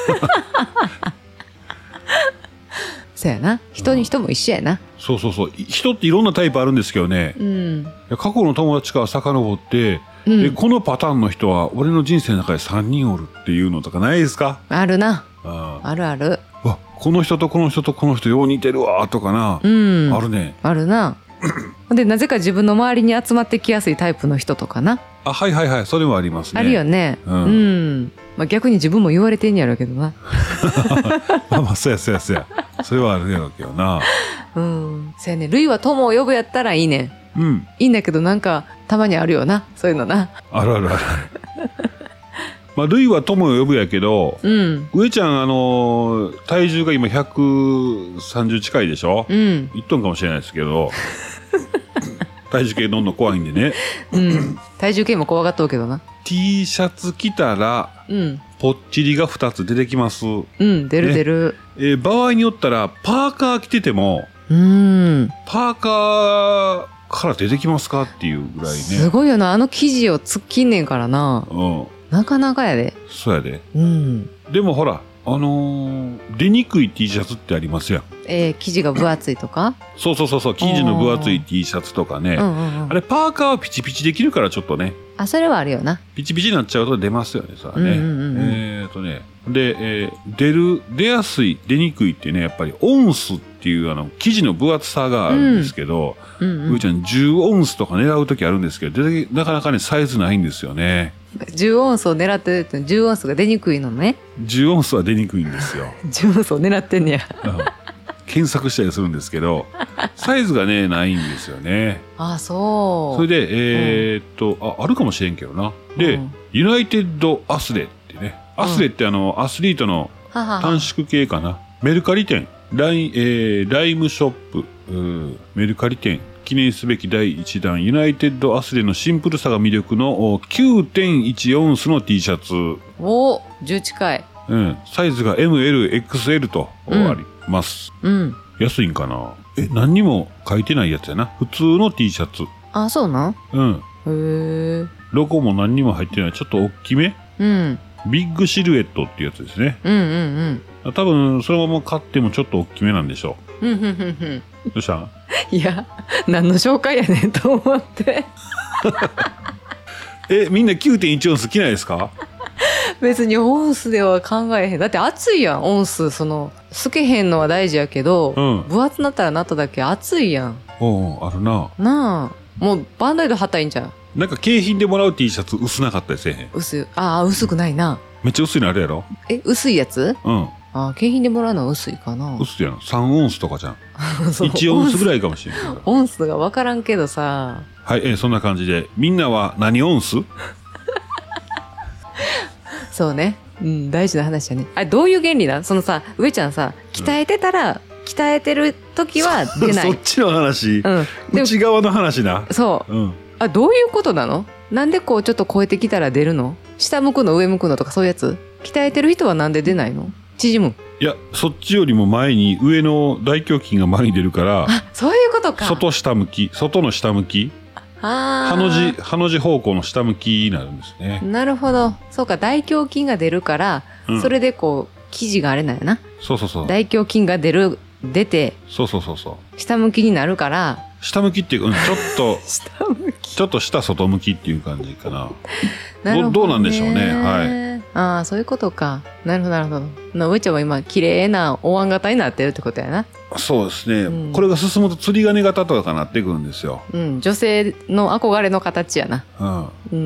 そうやな人に人も一緒やな、うん、そうそうそう人っていろんなタイプあるんですけどね、うん、いや過去の友達から遡ってうん、このパターンの人は俺の人生の中でさんにんおるっていうのとかないですか？ あるなああるあるわこの人とこの人とこの人よう似てるわとかな、うん、あるねあるなでなぜか自分の周りに集まってきやすいタイプの人とかなあはいはいはいそれもありますね。 あるよねうん、うんまあ、逆に自分も言われてんやろうけどなまあまあそうやそうやそうやそれはあるやろうけどなうんそうやね類は友を呼ぶやったらいいねん、うん、いいんだけどなんかたまにあるよなそういうのなあるあるあるまあ類は友を呼ぶやけど、うん、上ちゃんあのー、体重が今ひゃくさんじゅう近いでしょ、うん、いっトンかもしれないですけど体重計どんどん怖いんでね、 うん、体重計も怖がっとうけどな T シャツ着たら、うん、ぽっちりがふたつ出てきますうん出る出る、 ねえー、場合によったらパーカー着ててもうんパーカーから出てきますかっていうぐらいねすごいよなあの生地を突っ切んねんからな、うん、なかなかやでそうやで、うん、でもほらあのー、出にくい T シャツってありますやん、 えー、生地が分厚いとかそうそうそうそう生地の分厚い T シャツとかね、うんうんうん、あれパーカーはピチピチできるからちょっとねあそれはあるよなピチピチになっちゃうと出ますよねそれね、うんうんうん、えーとねで、えー、出る出やすい出にくいってねやっぱりオンスっていうあの生地の分厚さがあるんですけど、うんうんうん、うーちゃんじゅうオンスとか狙う時あるんですけどなかなかねサイズないんですよね。 じゅうオンスを狙ってるってじゅうオンスが出にくいのね。 じゅうオンスは出にくいんですよ。 じゅうオンスを狙ってんねや、 うん、検索したりするんですけどサイズがね、ないんですよね。 あ、そう。 それで、えー、っと、うん、あ、あるかもしれんけどな。で、うん、ユナイテッドアスレってね。アスレってあの、アスリートの短縮系かな。はははメルカリ店。ライン、えー、ライムショップ。メルカリ店。記念すべきだいいちだん、ユナイテッドアスレのシンプルさが魅力の きゅうてんいち オンスの T シャツ。 お、じゅう近い。 うん。サイズが エムエルエックスエル とあります。 うん。 安いんかな。え、何にも書いてないやつやな。普通の T シャツ。 あ、そうなん？ うん。 へえ。 ロゴも何にも入ってない。ちょっと大きめ？ うん。 ビッグシルエットっていうやつですね。 うんうんうん。多分、そのまま買ってもちょっと大きめなんでしょう。うんうんうんうん。 どうした？ いや、何の紹介やねんと思って。 え、みんな きゅうてんいち オンス着ないですか？ 別にオンスでは考えへん。だって暑いやん、オンス。その、透けへんのは大事やけど、うん、分厚なったらなっただけ暑いやん。 おう、あるな。 なあ。もう、バンダイド貼ったらいいんちゃう？ なんか景品でもらう T シャツ薄なかったりせえへん？ 薄い。ああ、薄くないな。 めっちゃ薄いのあるやろ？え、 薄いやつ？ うん。 ああ、景品でもらうのは薄いかな。 薄いやん。さんオンスとかじゃん。いちオンスぐらいかもしれない。 オンスが分からんけどさ。 はい、えー、そんな感じで。みんなは何オンス？ そうね。うん、大事な話やね。あれ、どういう原理だ？そのさ、上ちゃんさ、鍛えてたら、うん、鍛えてる時は出ない。 そっちの話、うん、内側の話な。 そう。うん、あ、どういうことなの？なんでこうちょっと超えてきたら出るの？下向くの上向くのとかそういうやつ？鍛えてる人はなんで出ないの？縮む？ いや、そっちよりも前に上の大胸筋が前に出るから、 あ、そういうことか。 外下向き、外の下向き。 あハの字、ハの字方向の下向きになるんですね。 なるほど。そうか、大胸筋が出るから、うん、それでこう、生地があれなんやな。 そうそうそう。 大胸筋が出る、出て、 そうそうそうそう。 下向きになるから、 下向きっていうか、うん、ちょっと、 下向き。 ちょっと下外向きっていう感じかな。 なるほどね。 ど、どうなんでしょうね。はい。 ああ、そういうことか。なるほど、なるほど。な上ちゃんは今、綺麗なお椀型になってるってことやな。 そうですね。うん、これが進むと釣り鐘型とかなってくるんですよ。 うん、女性の憧れの形やな。 うん。 うん。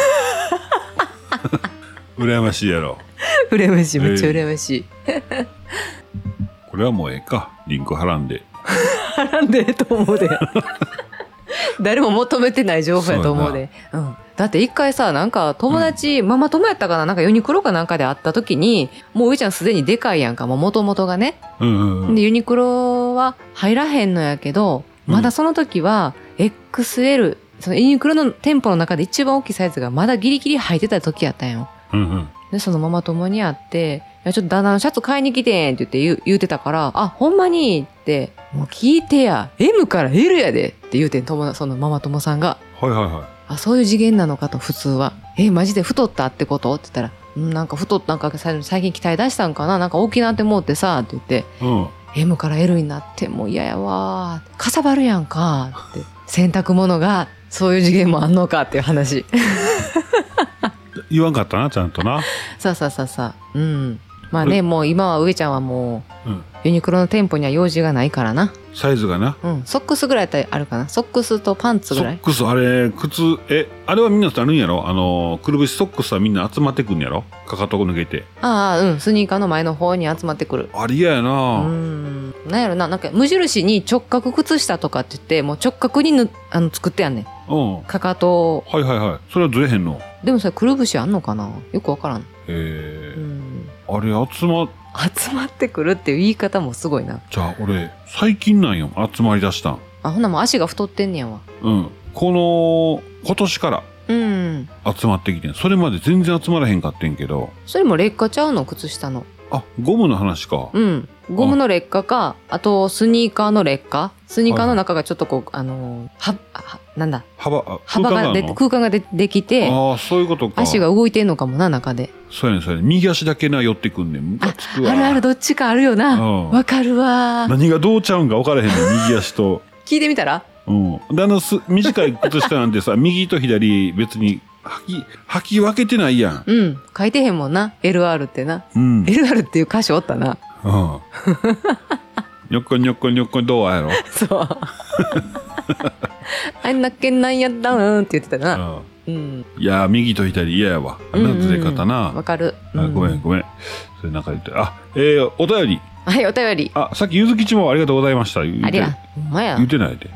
羨ましいやろ。 羨ましい、めっちゃ羨ましい。 これはもうええか。リンク貼らんで。 貼らんでええと思うで。誰も求めてない情報やと思うで。うん。だって一回さ、なんか友達、うん、ママ友やったかな、なんかユニクロかなんかで会った時に、もう上ちゃんすでにでかいやんか、もう元々がね。 うんうんうん、 で、ユニクロは入らへんのやけど、まだその時は エックスエル、そのユニクロの店舗の中で一番大きいサイズがまだギリギリ入ってた時やったんよ。 うんうん、 で、そのママ友に会って、いや、ちょっと旦那のシャツ買いに来てんって言って言う、言うてたから、あ、ほんまにって、もう聞いてや、エム から エル やでって言うてん、友そのママ友さんが。 はいはいはい。 あ、そういう次元なのかと、普通は。え、マジで太ったってことって言ったら、うん、なんか太った、なんか最近期待出したんかな、なんか大きなって思ってさ、って言って、 うん、 エム から エル になってもう嫌やわー。かさばるやんかって。洗濯物が、そういう次元もあんのかっていう話。 言わんかったな、ちゃんとな。 さあさあさあさあ。うん。まあね、もう今は上ちゃんはもう、うん、ユニクロの店舗には用事がないからな。 サイズがな。 うん。ソックスぐらいだったらあるかな。ソックスとパンツぐらい。 ソックス、あれ、靴、え、あれはみんなあるんやろ？あの、くるぶしソックスはみんな集まってくんやろ？かかとこ抜けて。 ああ、うん。スニーカーの前の方に集まってくる。 ありややな。 うん。なんやろな。なんか無印に直角靴下とかって言って、もう直角にぬあの作ってやんねん。 うん。 かかと。 はいはいはい。それはずれへんの？ でもそれくるぶしあんのかな？よくわからん。へえ。 うん。 あれ集まっ集まってくるっていう言い方もすごいな。 じゃあ俺最近なんよ集まりだしたん。 あ、ほなもう足が太ってんねやわ。 うん。この今年からうん集まってきてん。それまで全然集まらへんかってんけど。 それも劣化ちゃうの？靴下の。 あ、ゴムの話か。 うん。ゴムの劣化か、あとスニーカーの劣化。スニーカーの中がちょっとこう、あのー、は、は、なんだ。 幅、 幅が出て、空間がでできて、 ああ、そういうことか。 足が動いてんのかもな、中で。 そうやねん、そうやねん。右足だけな、寄ってくんねん。ムカつくわ。 あるある、どっちかあるよな。わ、うん、かるわ。 何がどうちゃうんか分からへんねん、右足と。 聞いてみたら？ うん。で、あのす、短い靴下なんてさ、右と左別に、履き、履き分けてないやん。 うん。書いてへんもんな。エルアール ってな。 うん。 エルアール っていう歌詞おったな。 うん。にょっこにょっこにょっこどうやろ。 そう。あんなけんなんやったーんって言ってたな。うん。うん、いやー、右と左嫌やわ。あんなずれ方な。 わ、うんうん、かる。 あ、ごめんごめん。それなんか言って。あ、えー、お便り。 はい、お便り。 あ、さっきゆずきちもありがとうございました。言うてありが、ほんまや。 言うてないで。 うん。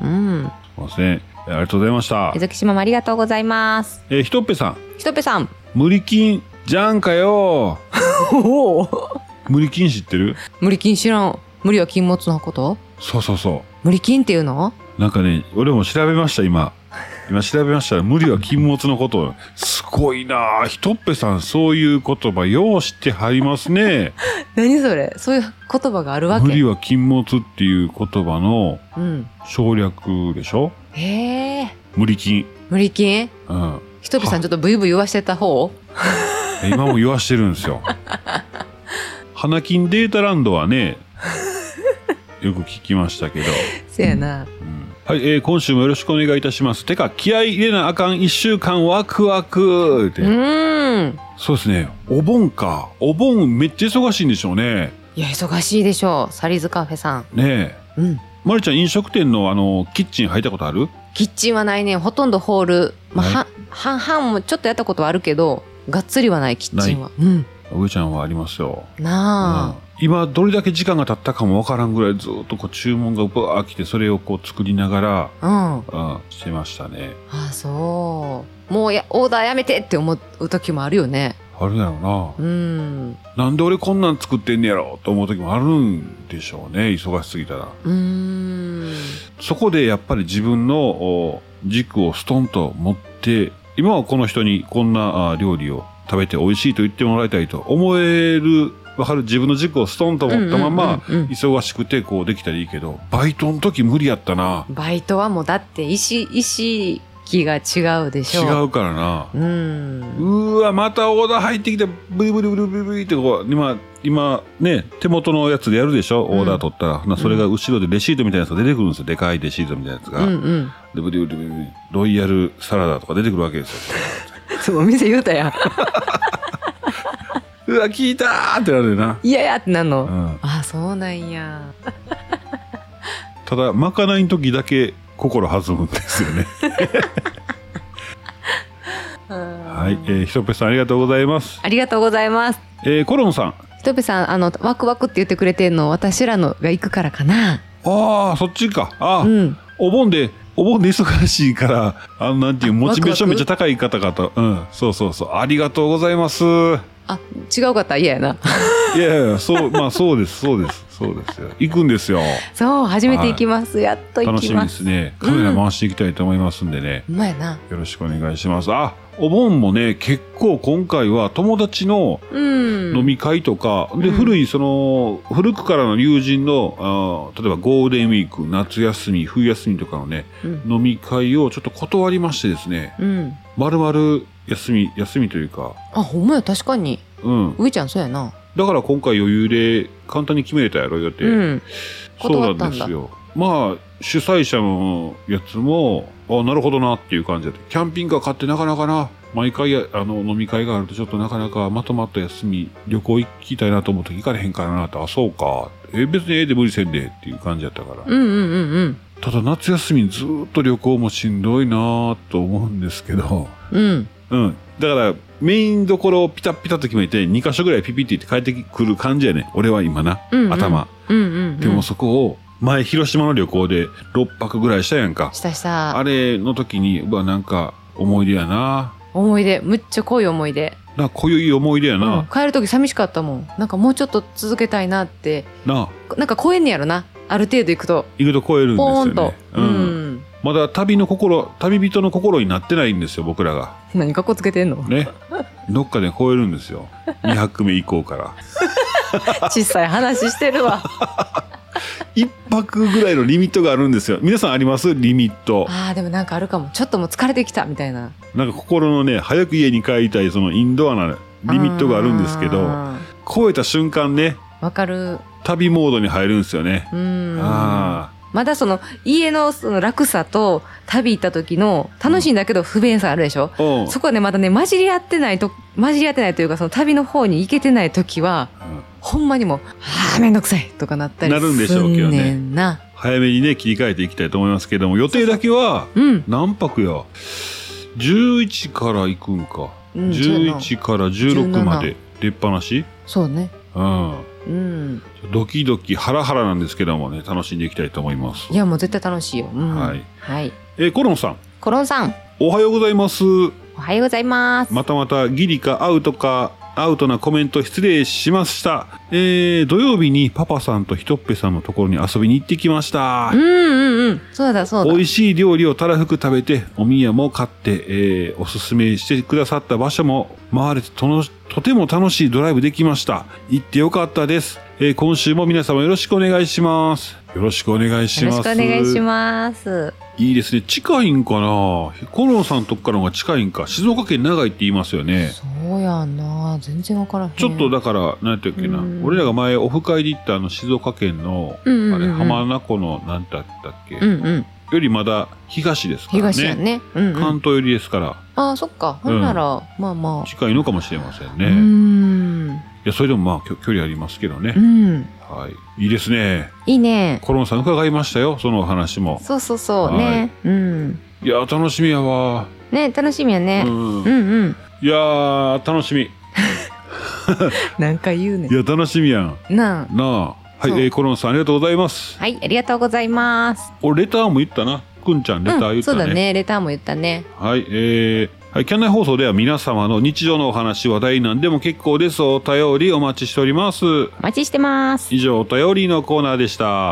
すいません。ありがとうございました。 ゆずきちもありがとうございます。 えー、ひとっぺさん。 ひとっぺさん。 無理金じゃんかよ。無理金知ってる？ 無理金知らん。無理は禁物のこと？ そうそうそう。 無理金っていうの？ なんかね、俺も調べました、今。今調べましたら、無理は禁物のこと。すごいなぁ。ひとっぺさん、そういう言葉、よう知ってはりますね。 何それ？そういう言葉があるわけ？ 無理は禁物っていう言葉の省略でしょ？ うん、へえ。 無理金。 無理金？ うん。 ひとっぺさん、ちょっとブイブイ言わしてた方？ 今も言わしてるんですよ。花金データランドはね、よく聞きましたけど。 せやな。 うん、はい、えー、今週もよろしくお願いいたします。てか、気合い入れなあかん一週間ワクワクって。うん。そうですね。お盆か。お盆めっちゃ忙しいんでしょうね。 いや、忙しいでしょう。サリーズカフェさん。 ねえ。うん。まりちゃん、飲食店のあの、キッチン入ったことある？ キッチンはないね。ほとんどホール。まあ、は、半々もちょっとやったことはあるけど、がっつりはない、キッチンは。うん。 上ちゃんはありますよ。 なあ、 うん、今どれだけ時間が経ったかもわからんぐらいずっとこう注文がバー来て、それをこう作りながら、うん、うん、してましたね。 ああ、そう。もうやオーダーやめてって思う時もあるよね。 あるやろな。うん。なんで俺こんなん作ってんねやろと思う時もあるんでしょうね。忙しすぎたら。うん。そこでやっぱり自分の軸をストンと持って、今はこの人にこんな料理を食べて美味しいと言ってもらいたいと思える、わかる、自分の軸をストンと持ったまま、忙しくてこうできたらいいけど、バイトの時無理やったな。 バイトはもうだって意思、意識が違うでしょ。 違うからな。うん。うーわ、またオーダー入ってきて、ブリブリブリブリブリってこう、今、今ね、手元のやつでやるでしょ、オーダー取ったら。うん、それが後ろでレシートみたいなやつが出てくるんですよ。でかいレシートみたいなやつが。うんうん。で、ブリブリブリブリ、ロイヤルサラダとか出てくるわけですよ。 そう、お店言うたやん。 うわ、聞いたーってなるよな。 いやいやってなんの、うん、あ、そうなんや。 ただ、まかないの時だけ心弾むんですよね。はい、えー、ひとっぺさんありがとうございます。 ありがとうございます。 えー、コロンさん。 ひとっぺさん、あの、ワクワクって言ってくれてんの、私らのが行くからかな。 ああ、そっちか。ああ、うん、お盆で、お盆で忙しいから、あの、なんていう、モチベーションめっちゃ高い方々。うん、そうそうそう。ありがとうございます。 あ、違う方嫌やな。 いやいや、そう、まあそうです、そうです、そうですよ。行くんですよ。 そう、初めて行きます。はい、やっと行きます。 楽しみですね。カメラ回していきたいと思いますんでね。 うまいな。 よろしくお願いします。あ、お盆もね、結構今回は友達の飲み会とか、うん、で、古い、その、古くからの友人の、あ、例えばゴールデンウィーク、夏休み、冬休みとかのね、うん、飲み会をちょっと断りましてですね、うん、まるまる休み、休みというか。 あ、ほんまや、確かに。うん。上ちゃん、そうやな。 だから今回余裕で簡単に決めれたやろ、よって。うん。そうなんですよ。まあ、主催者のやつも、あ、なるほどなっていう感じで。キャンピングカー買ってなかなかな、毎回あの飲み会があるとちょっとなかなかまとまった休み、旅行行きたいなと思って行かれへんからなって、あ、そうか。え、別にええで無理せんでっていう感じやったから。うんうんうんうん。ただ夏休みずっと旅行もしんどいなと思うんですけど。うん。うん。だから、メインどころをピタピタと決めてに箇所ぐらいピピって言って帰ってくる感じやね。俺は今な。うんうん、頭。うんうんうん。でもそこを、前広島の旅行でろっぱくぐらいしたやんか。 したした。 あれの時に、うわ、なんか思い出やな。 思い出。むっちゃ濃い思い出。 な、濃い思い出やな。うん、 帰る時寂しかったもん。なんかもうちょっと続けたいなって。なあ。なんか超えんねやろな。ある程度行くと。 行くと超えるんですよね。ポーンと。うん。うんまだ旅の心、旅人の心になってないんですよ、僕らが。 何かっこつけてんのね。どっかで超えるんですよ。にはくめ以降から。 小さい話してるわ。 一泊ぐらいのリミットがあるんですよ。皆さんあります？リミット。 ああ、でもなんかあるかも。ちょっともう疲れてきたみたいな。 なんか心のね、早く家に帰りたい、そのインドアなリミットがあるんですけど、超えた瞬間ね。 わかる。 旅モードに入るんですよね。うん。 ああ。まだその家のその楽さと旅行った時の楽しいんだけど不便さあるでしょ、うん、そこはねまだね混じり合ってないと混じり合ってないというかその旅の方に行けてない時は、うん、ほんまにもうああめんどくさいとかなったりすんねんな。なるんでしょうけどね。 早めにね切り替えていきたいと思いますけども予定だけは何泊や、うん、じゅういちから行くんか、うん、じゅういちからじゅうろくまで出っ放し。 そうね。 うん。 うん。 ドキドキハラハラなんですけどもね、楽しんでいきたいと思います。 いや、もう絶対楽しいよ。うん、 はい。 はい。 えー、コロンさん。 コロンさん。 おはようございます。 おはようございます。 またまたギリかアウトか、アウトなコメント失礼しました。えー、土曜日にパパさんとひとっぺさんのところに遊びに行ってきました。 うんうんうん。そうだそうだ。 美味しい料理をたらふく食べて、おみやも買って、えー、おすすめしてくださった場所も回れてとの、とても楽しいドライブできました。行ってよかったです。えー、今週も皆様よろしくお願いします。よろしくお願いします。 よろしくお願いします。 いいですね。近いんかな、コロンさんとこからのが近いんか。静岡県長いって言いますよね。 そうやな。全然わからへん。 ちょっとだから、なんていうっけな。俺らが前オフ会で行ったあの静岡県の、 うんうんうんうん、 あれ、浜名湖の、なんだったっけ、 うんうん、 よりまだ東ですからね。 東やね。うんうん、 関東寄りですから。 ああ、そっか。ほんなら、うん、まあまあ。 近いのかもしれませんね。 うん。 いや、それでもまあ、距離ありますけどね。 うん。 はい。いいですね。 いいね。 コロンさん伺いましたよ、そのお話も。 そうそうそう。ね。うん。 いや、楽しみやわ。 ね、楽しみやね。うん、うんうん。 いやー、楽しみ。 なんか言うね。 いや、楽しみやん。 なあ。 なあ。はい、えー、コロンさんありがとうございます。 はい、ありがとうございます。 俺、レターも言ったな。くんちゃん、レター言ったね。うん、 そうだね、レターも言ったね。 はい、えー、はい、キャンナイ放送では皆様の日常のお話、話題なんでも結構です。お便りお待ちしております。お待ちしてます。 以上、お便りのコーナーでした。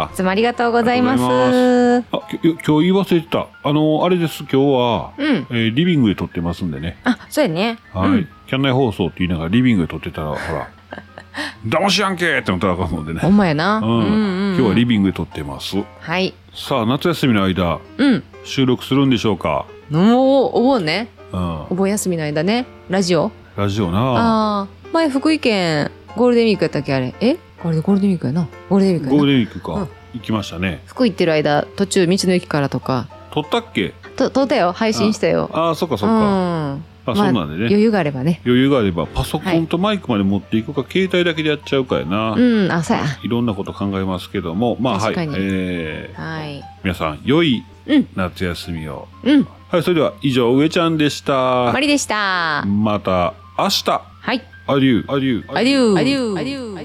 いつもありがとうございます。 あ、今日言い忘れてた。あの、あれです、今日は、うん、えー、リビングで撮ってますんでね。 あ、そうやね。 はい。うん、キャンナイ放送って言いながらリビングで撮ってたら、ほら、騙しやんけってなったらあかんのでね。 ほんまやな。 うん。うんうんうん、今日はリビングで撮ってます。 はい。 さあ、夏休みの間、うん、収録するんでしょうか。 おお、お盆ね。 うん。 お盆休みの間ね。ラジオラジオな。 ああ。前、福井県、ゴールデンウィークやったっけあれ。えこれでゴールデンウィークやな。ゴールデンウィークやな。 ゴールデンウィークか。うん、行きましたね。 福井行ってる間、途中、道の駅からとか。 撮ったっけと、撮ったよ。配信したよ。 ああ、そっかそっか。うん。あ、そうなんでね。 余裕があればね。 余裕があれば、パソコンとマイクまで持っていくか、はい、携帯だけでやっちゃうかやな。 うん、あ、そうや。 いろんなこと考えますけども、まあ、はい。えー、はい。 皆さん、良い夏休みを。 うん。 はい、それでは、以上、上ちゃんでした。 マリでした。 また、明日。 はい。 アデュー、アデュー、 アデュー、アデュー、アデュー。